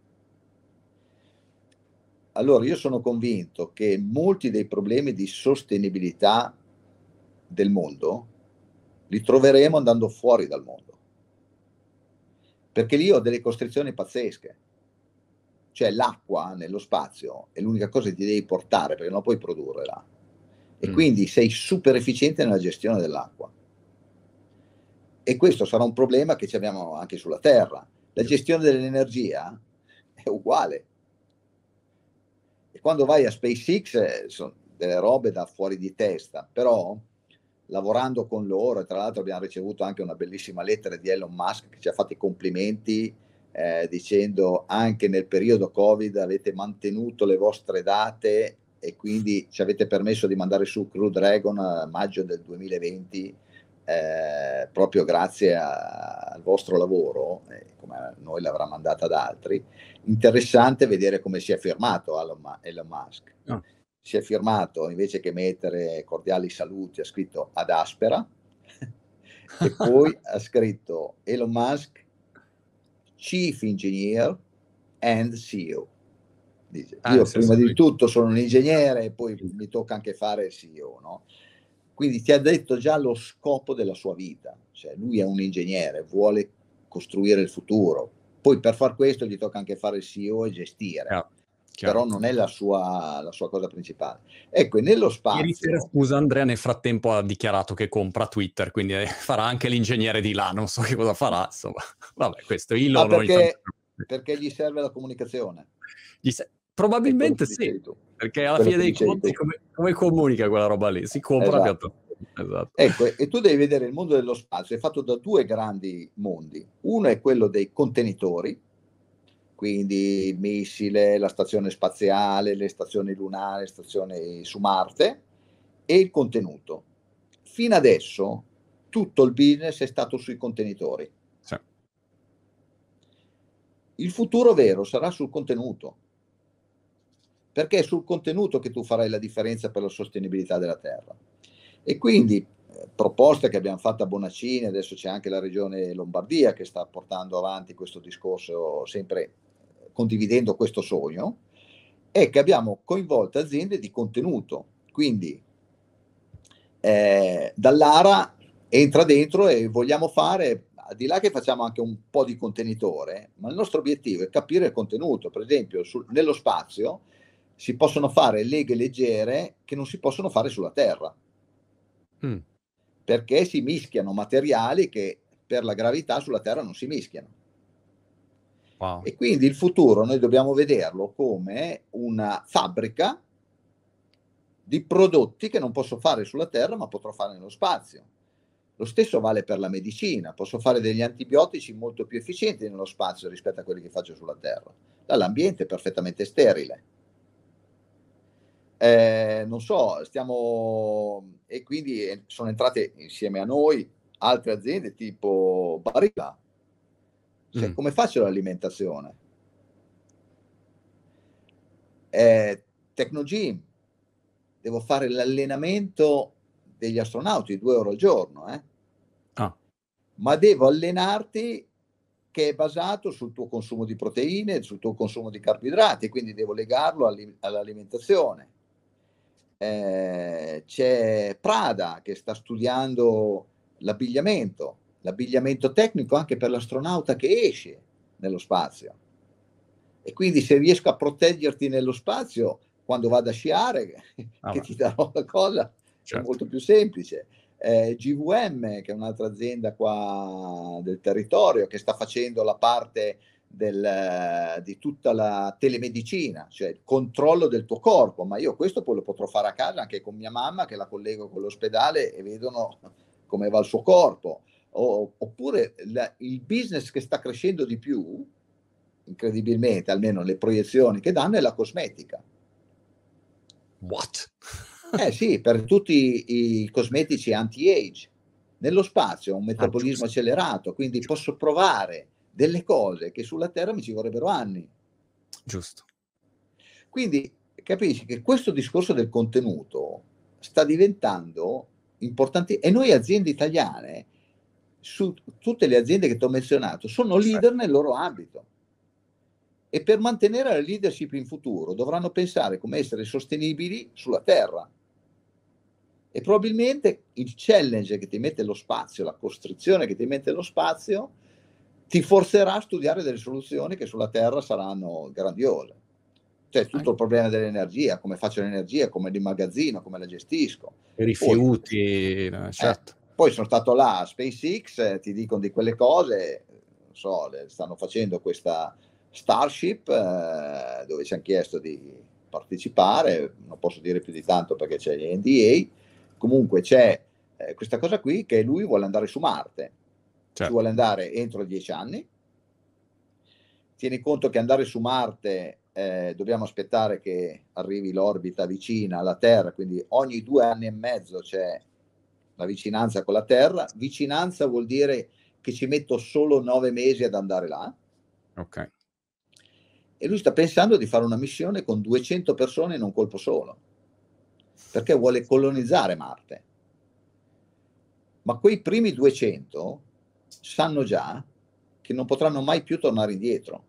Allora io sono convinto che molti dei problemi di sostenibilità del mondo li troveremo andando fuori dal mondo, perché lì ho delle costrizioni pazzesche. Cioè l'acqua nello spazio è l'unica cosa che ti devi portare, perché non la puoi produrre là. E mm. quindi sei super efficiente nella gestione dell'acqua. E questo sarà un problema che ci abbiamo anche sulla Terra. La gestione dell'energia è uguale. E quando vai a SpaceX eh, sono delle robe da fuori di testa, però lavorando con loro, e tra l'altro abbiamo ricevuto anche una bellissima lettera di Elon Musk che ci ha fatto i complimenti, Eh, dicendo: anche nel periodo Covid avete mantenuto le vostre date e quindi ci avete permesso di mandare su Crew Dragon a maggio del duemilaventi, eh, proprio grazie a, al vostro lavoro, eh, come noi l'avrà mandata ad altri. Interessante vedere come si è firmato Elon, Elon Musk. Oh. Si è firmato, invece che mettere cordiali saluti, ha scritto ad aspera e poi ha scritto Elon Musk Chief Engineer and C E O. Dice, Ah, io sì, prima sì, di sì. tutto sono un ingegnere e poi mi tocca anche fare il C E O, no? Quindi ti ha detto già lo scopo della sua vita, cioè lui è un ingegnere, vuole costruire il futuro, poi per far questo gli tocca anche fare il C E O e gestire, Chiaro, chiaro. però non è la sua, la sua cosa principale. Ecco, e nello Ieri sera, spazio... scusa, Andrea nel frattempo ha dichiarato che compra Twitter, quindi eh, farà anche l'ingegnere di là, non so che cosa farà, insomma. Vabbè, questo Elon... Ah, perché, perché gli serve la comunicazione. Gli se... Probabilmente sì, perché alla fine dei conti come, come comunica quella roba lì? Si compra la esatto. piattaforma. Esatto. Ecco, e tu devi vedere il mondo dello spazio, è fatto da due grandi mondi. Uno è quello dei contenitori, quindi il missile, la stazione spaziale, le stazioni lunari, le stazioni su Marte, e il contenuto. Fino adesso tutto il business è stato sui contenitori. Sì. Il futuro vero sarà sul contenuto, perché è sul contenuto che tu farai la differenza per la sostenibilità della Terra. E quindi eh, proposte che abbiamo fatto a Bonaccini, adesso c'è anche la regione Lombardia che sta portando avanti questo discorso, sempre condividendo questo sogno, è che abbiamo coinvolto aziende di contenuto, quindi eh, dall'Ara entra dentro e vogliamo fare, al di là che facciamo anche un po' di contenitore, ma il nostro obiettivo è capire il contenuto. Per esempio, sul, nello spazio si possono fare leghe leggere che non si possono fare sulla Terra, mm. perché si mischiano materiali che per la gravità sulla Terra non si mischiano. Wow. E quindi il futuro noi dobbiamo vederlo come una fabbrica di prodotti che non posso fare sulla Terra ma potrò fare nello spazio. Lo stesso vale per la medicina, posso fare degli antibiotici molto più efficienti nello spazio rispetto a quelli che faccio sulla Terra. L'ambiente è perfettamente sterile. Eh, non so, stiamo... e quindi sono entrate insieme a noi altre aziende tipo Barilla. Cioè, mm. come faccio l'alimentazione? Eh, Tecnogym, devo fare l'allenamento degli astronauti, due ore al giorno, eh? Ah. Ma devo allenarti che è basato sul tuo consumo di proteine, sul tuo consumo di carboidrati, quindi devo legarlo all'alimentazione. Eh, c'è Prada che sta studiando l'abbigliamento, l'abbigliamento tecnico anche per l'astronauta che esce nello spazio. E quindi se riesco a proteggerti nello spazio quando vado a sciare, ah, che ti darò la cosa, certo. È molto più semplice. Eh, G V M, che è un'altra azienda qua del territorio, che sta facendo la parte del, di tutta la telemedicina, cioè il controllo del tuo corpo, ma io questo poi lo potrò fare a casa anche con mia mamma, che la collego con l'ospedale e vedono come va il suo corpo. O, oppure la, il business che sta crescendo di più, incredibilmente, almeno le proiezioni che danno, è la cosmetica. What? Eh sì, per tutti i cosmetici anti-age. Nello spazio ho un metabolismo ah, accelerato, quindi posso provare delle cose che sulla Terra mi ci vorrebbero anni. Giusto. Quindi capisci che questo discorso del contenuto sta diventando importante e noi aziende italiane, su tutte le aziende che ti ho menzionato, sono leader nel loro ambito. E per mantenere la leadership in futuro dovranno pensare come essere sostenibili sulla Terra. E probabilmente il challenge che ti mette lo spazio, la costrizione che ti mette lo spazio, ti forzerà a studiare delle soluzioni che sulla Terra saranno grandiose. Cioè tutto il problema dell'energia, come faccio l'energia, come l'immagazzino, come la gestisco. I rifiuti, poi, certo. Eh, poi sono stato là a SpaceX, eh, ti dicono di quelle cose, non so, stanno facendo questa Starship eh, dove ci hanno chiesto di partecipare, non posso dire più di tanto perché c'è gli N D A. Comunque c'è eh, questa cosa qui che lui vuole andare su Marte, certo. Ci vuole andare entro dieci anni. Tieni conto che andare su Marte eh, dobbiamo aspettare che arrivi l'orbita vicina alla Terra, quindi ogni due anni e mezzo c'è la vicinanza con la Terra. Vicinanza vuol dire che ci metto solo nove mesi ad andare là. Ok. E lui sta pensando di fare una missione con duecento persone in un colpo solo, perché vuole colonizzare Marte. Ma quei primi duecento sanno già che non potranno mai più tornare indietro.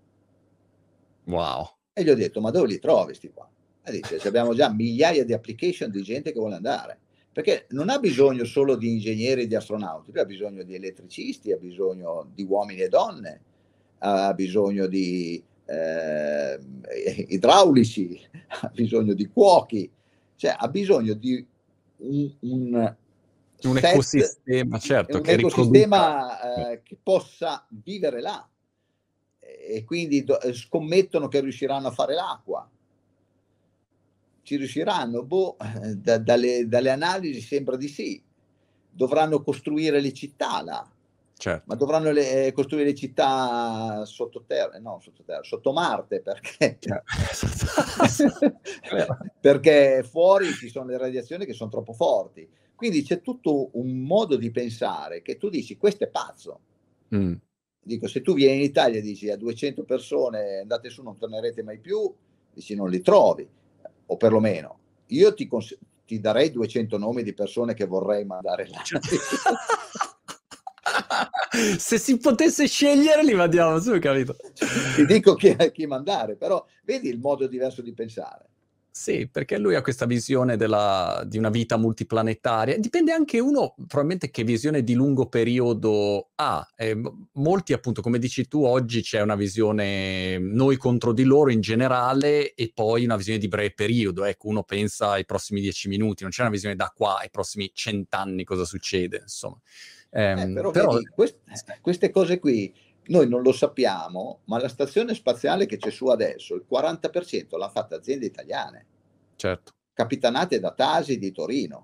Wow. E gli ho detto, ma dove li trovi sti qua? E dice, abbiamo già migliaia di application di gente che vuole andare, perché non ha bisogno solo di ingegneri e di astronauti, lui ha bisogno di elettricisti, ha bisogno di uomini e donne, ha bisogno di eh, idraulici, ha bisogno di cuochi, cioè ha bisogno di un, un, un set, ecosistema, certo, un che ecosistema eh, che possa vivere là. E quindi do, scommettono che riusciranno a fare l'acqua. Ci riusciranno? Boh, da, dalle, dalle analisi sembra di sì. Dovranno costruire le città là. Certo. Ma dovranno le, eh, costruire le città sottoterra, no, sottoterra, sotto Marte, perché perché fuori ci sono le radiazioni che sono troppo forti. Quindi c'è tutto un modo di pensare che tu dici, questo è pazzo. Mm. Dico, se tu vieni in Italia e dici a duecento persone andate su, non tornerete mai più, dici non li trovi, o perlomeno io ti, cons- ti darei duecento nomi di persone che vorrei mandare là. Se si potesse scegliere li mandiamo su, capito? Ti dico chi, chi mandare, però vedi il modo diverso di pensare. Sì, perché lui ha questa visione della, di una vita multiplanetaria. Dipende anche uno, probabilmente, che visione di lungo periodo ha. Eh, molti, appunto, come dici tu, oggi c'è una visione noi contro di loro in generale e poi una visione di breve periodo. Ecco, uno pensa ai prossimi dieci minuti, non c'è una visione da qua ai prossimi cent'anni cosa succede, insomma. Eh, eh, però, però vedi, quest- queste cose qui noi non lo sappiamo, ma la stazione spaziale che c'è su adesso, il quaranta per cento l'hanno fatta aziende italiane. Certo. Capitanate da Tasi di Torino.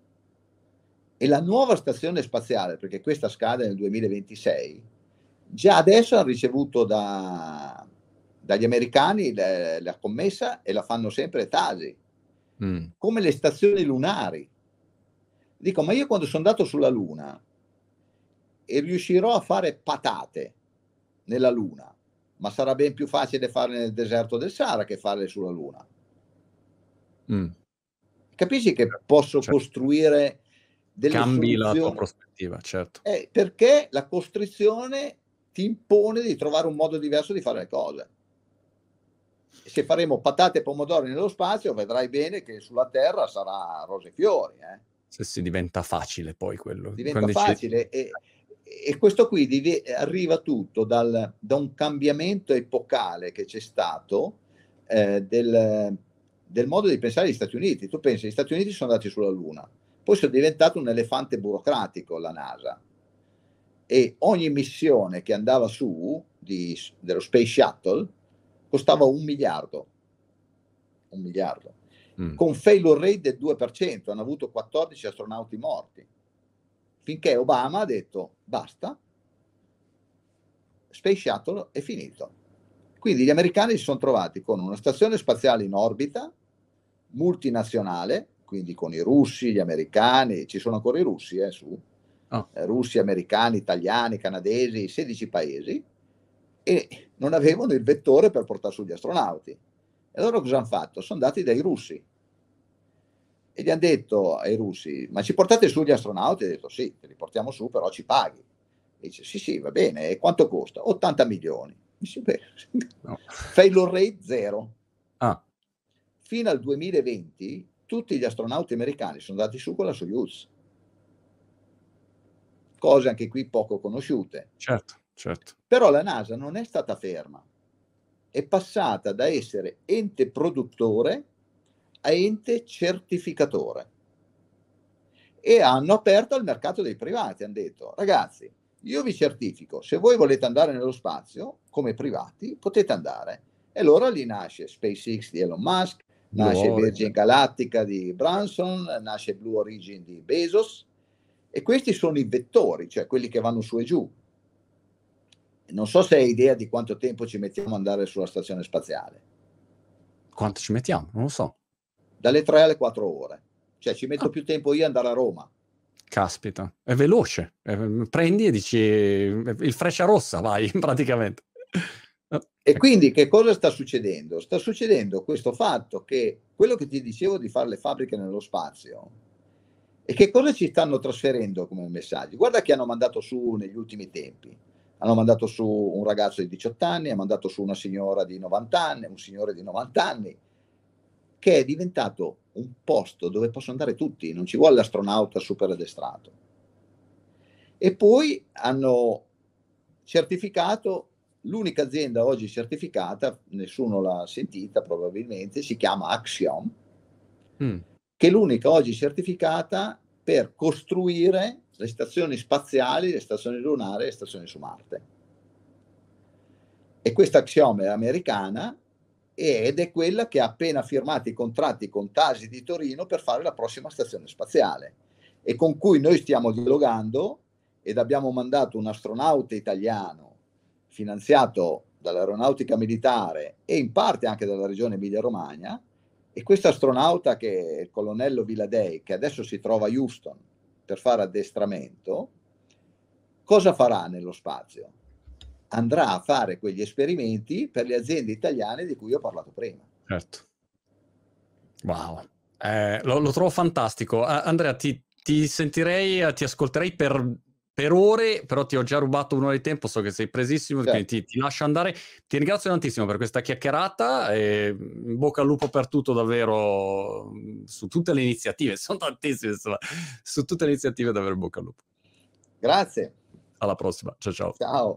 E la nuova stazione spaziale, perché questa scade nel duemilaventisei, già adesso hanno ricevuto da, dagli americani le, la commessa e la fanno sempre Tasi. Mm. Come le stazioni lunari. Dico, ma io quando sono andato sulla Luna e riuscirò a fare patate nella Luna, ma sarà ben più facile farle nel deserto del Sahara che farle sulla Luna. Mm. Capisci che posso certo. costruire delle Cambi soluzioni? La tua prospettiva, certo. Eh, perché la costrizione ti impone di trovare un modo diverso di fare le cose. Se faremo patate e pomodori nello spazio, vedrai bene che sulla Terra sarà rose e fiori. Eh? Se si diventa facile poi quello. Diventa Quando facile e, e questo qui div- arriva tutto dal, da un cambiamento epocale che c'è stato eh, del, del modo di pensare agli Stati Uniti. Tu pensi, gli Stati Uniti sono andati sulla Luna, poi sono diventato un elefante burocratico la NASA e ogni missione che andava su di, dello Space Shuttle costava un miliardo. Un miliardo. Mm. Con failure rate del due per cento, hanno avuto quattordici astronauti morti. Finché Obama ha detto basta, Space Shuttle è finito. Quindi gli americani si sono trovati con una stazione spaziale in orbita, multinazionale, quindi con i russi, gli americani, ci sono ancora i russi eh, su, oh. eh, russi, americani, italiani, canadesi, sedici paesi, e non avevano il vettore per portare su gli astronauti. E allora cosa hanno fatto? Sono andati dai russi e gli hanno detto ai russi, ma ci portate su gli astronauti? E ha detto sì, te li portiamo su, però ci paghi. E dice sì, sì, va bene, e quanto costa? ottanta milioni. Dice, beh, no. Failure rate zero. Ah. Fino al duemilaventi tutti gli astronauti americani sono andati su con la Soyuz. Cose anche qui poco conosciute. Certo, certo. Però la NASA non è stata ferma. È passata da essere ente produttore a ente certificatore. E hanno aperto al mercato dei privati, hanno detto, ragazzi, io vi certifico, se voi volete andare nello spazio, come privati, potete andare. E allora lì nasce SpaceX di Elon Musk, nasce Blue Virgin Galactica di Branson, nasce Blue Origin di Bezos, e questi sono i vettori, cioè quelli che vanno su e giù. non so se hai idea di quanto tempo ci mettiamo ad andare sulla stazione spaziale. Quanto ci mettiamo? Non lo so. Dalle tre alle quattro ore. Cioè ci metto Ah. più tempo io ad andare a Roma. Caspita, è veloce. Eh, prendi e dici il Frecciarossa, vai, praticamente. E quindi che cosa sta succedendo? Sta succedendo questo fatto che quello che ti dicevo di fare le fabbriche nello spazio, e che cosa ci stanno trasferendo come messaggi? Guarda che hanno mandato su negli ultimi tempi. Hanno mandato su un ragazzo di diciotto anni, hanno mandato su una signora di novanta anni, un signore di novanta anni, che è diventato un posto dove possono andare tutti, non ci vuole l'astronauta super addestrato. E poi hanno certificato, l'unica azienda oggi certificata, nessuno l'ha sentita probabilmente, si chiama Axiom, mm. che è l'unica oggi certificata per costruire le stazioni spaziali, le stazioni lunari e le stazioni su Marte. E questa Axiom è americana ed è quella che ha appena firmato i contratti con Tasi di Torino per fare la prossima stazione spaziale, e con cui noi stiamo dialogando, ed abbiamo mandato un astronauta italiano finanziato dall'aeronautica militare e in parte anche dalla regione Emilia-Romagna, e questo astronauta, che è il colonnello Villadei, che adesso si trova a Houston per fare addestramento, cosa farà nello spazio? Andrà a fare quegli esperimenti per le aziende italiane di cui ho parlato prima. Certo. Wow. Eh, lo, lo trovo fantastico. Uh, Andrea, ti, ti sentirei, ti ascolterei per, per ore, però ti ho già rubato un'ora di tempo, so che sei presissimo, certo. Quindi ti, ti lascio andare. Ti ringrazio tantissimo per questa chiacchierata e in bocca al lupo per tutto, davvero, su tutte le iniziative, sono tantissime, insomma, su tutte le iniziative davvero in bocca al lupo. Grazie. Alla prossima, ciao ciao. Ciao.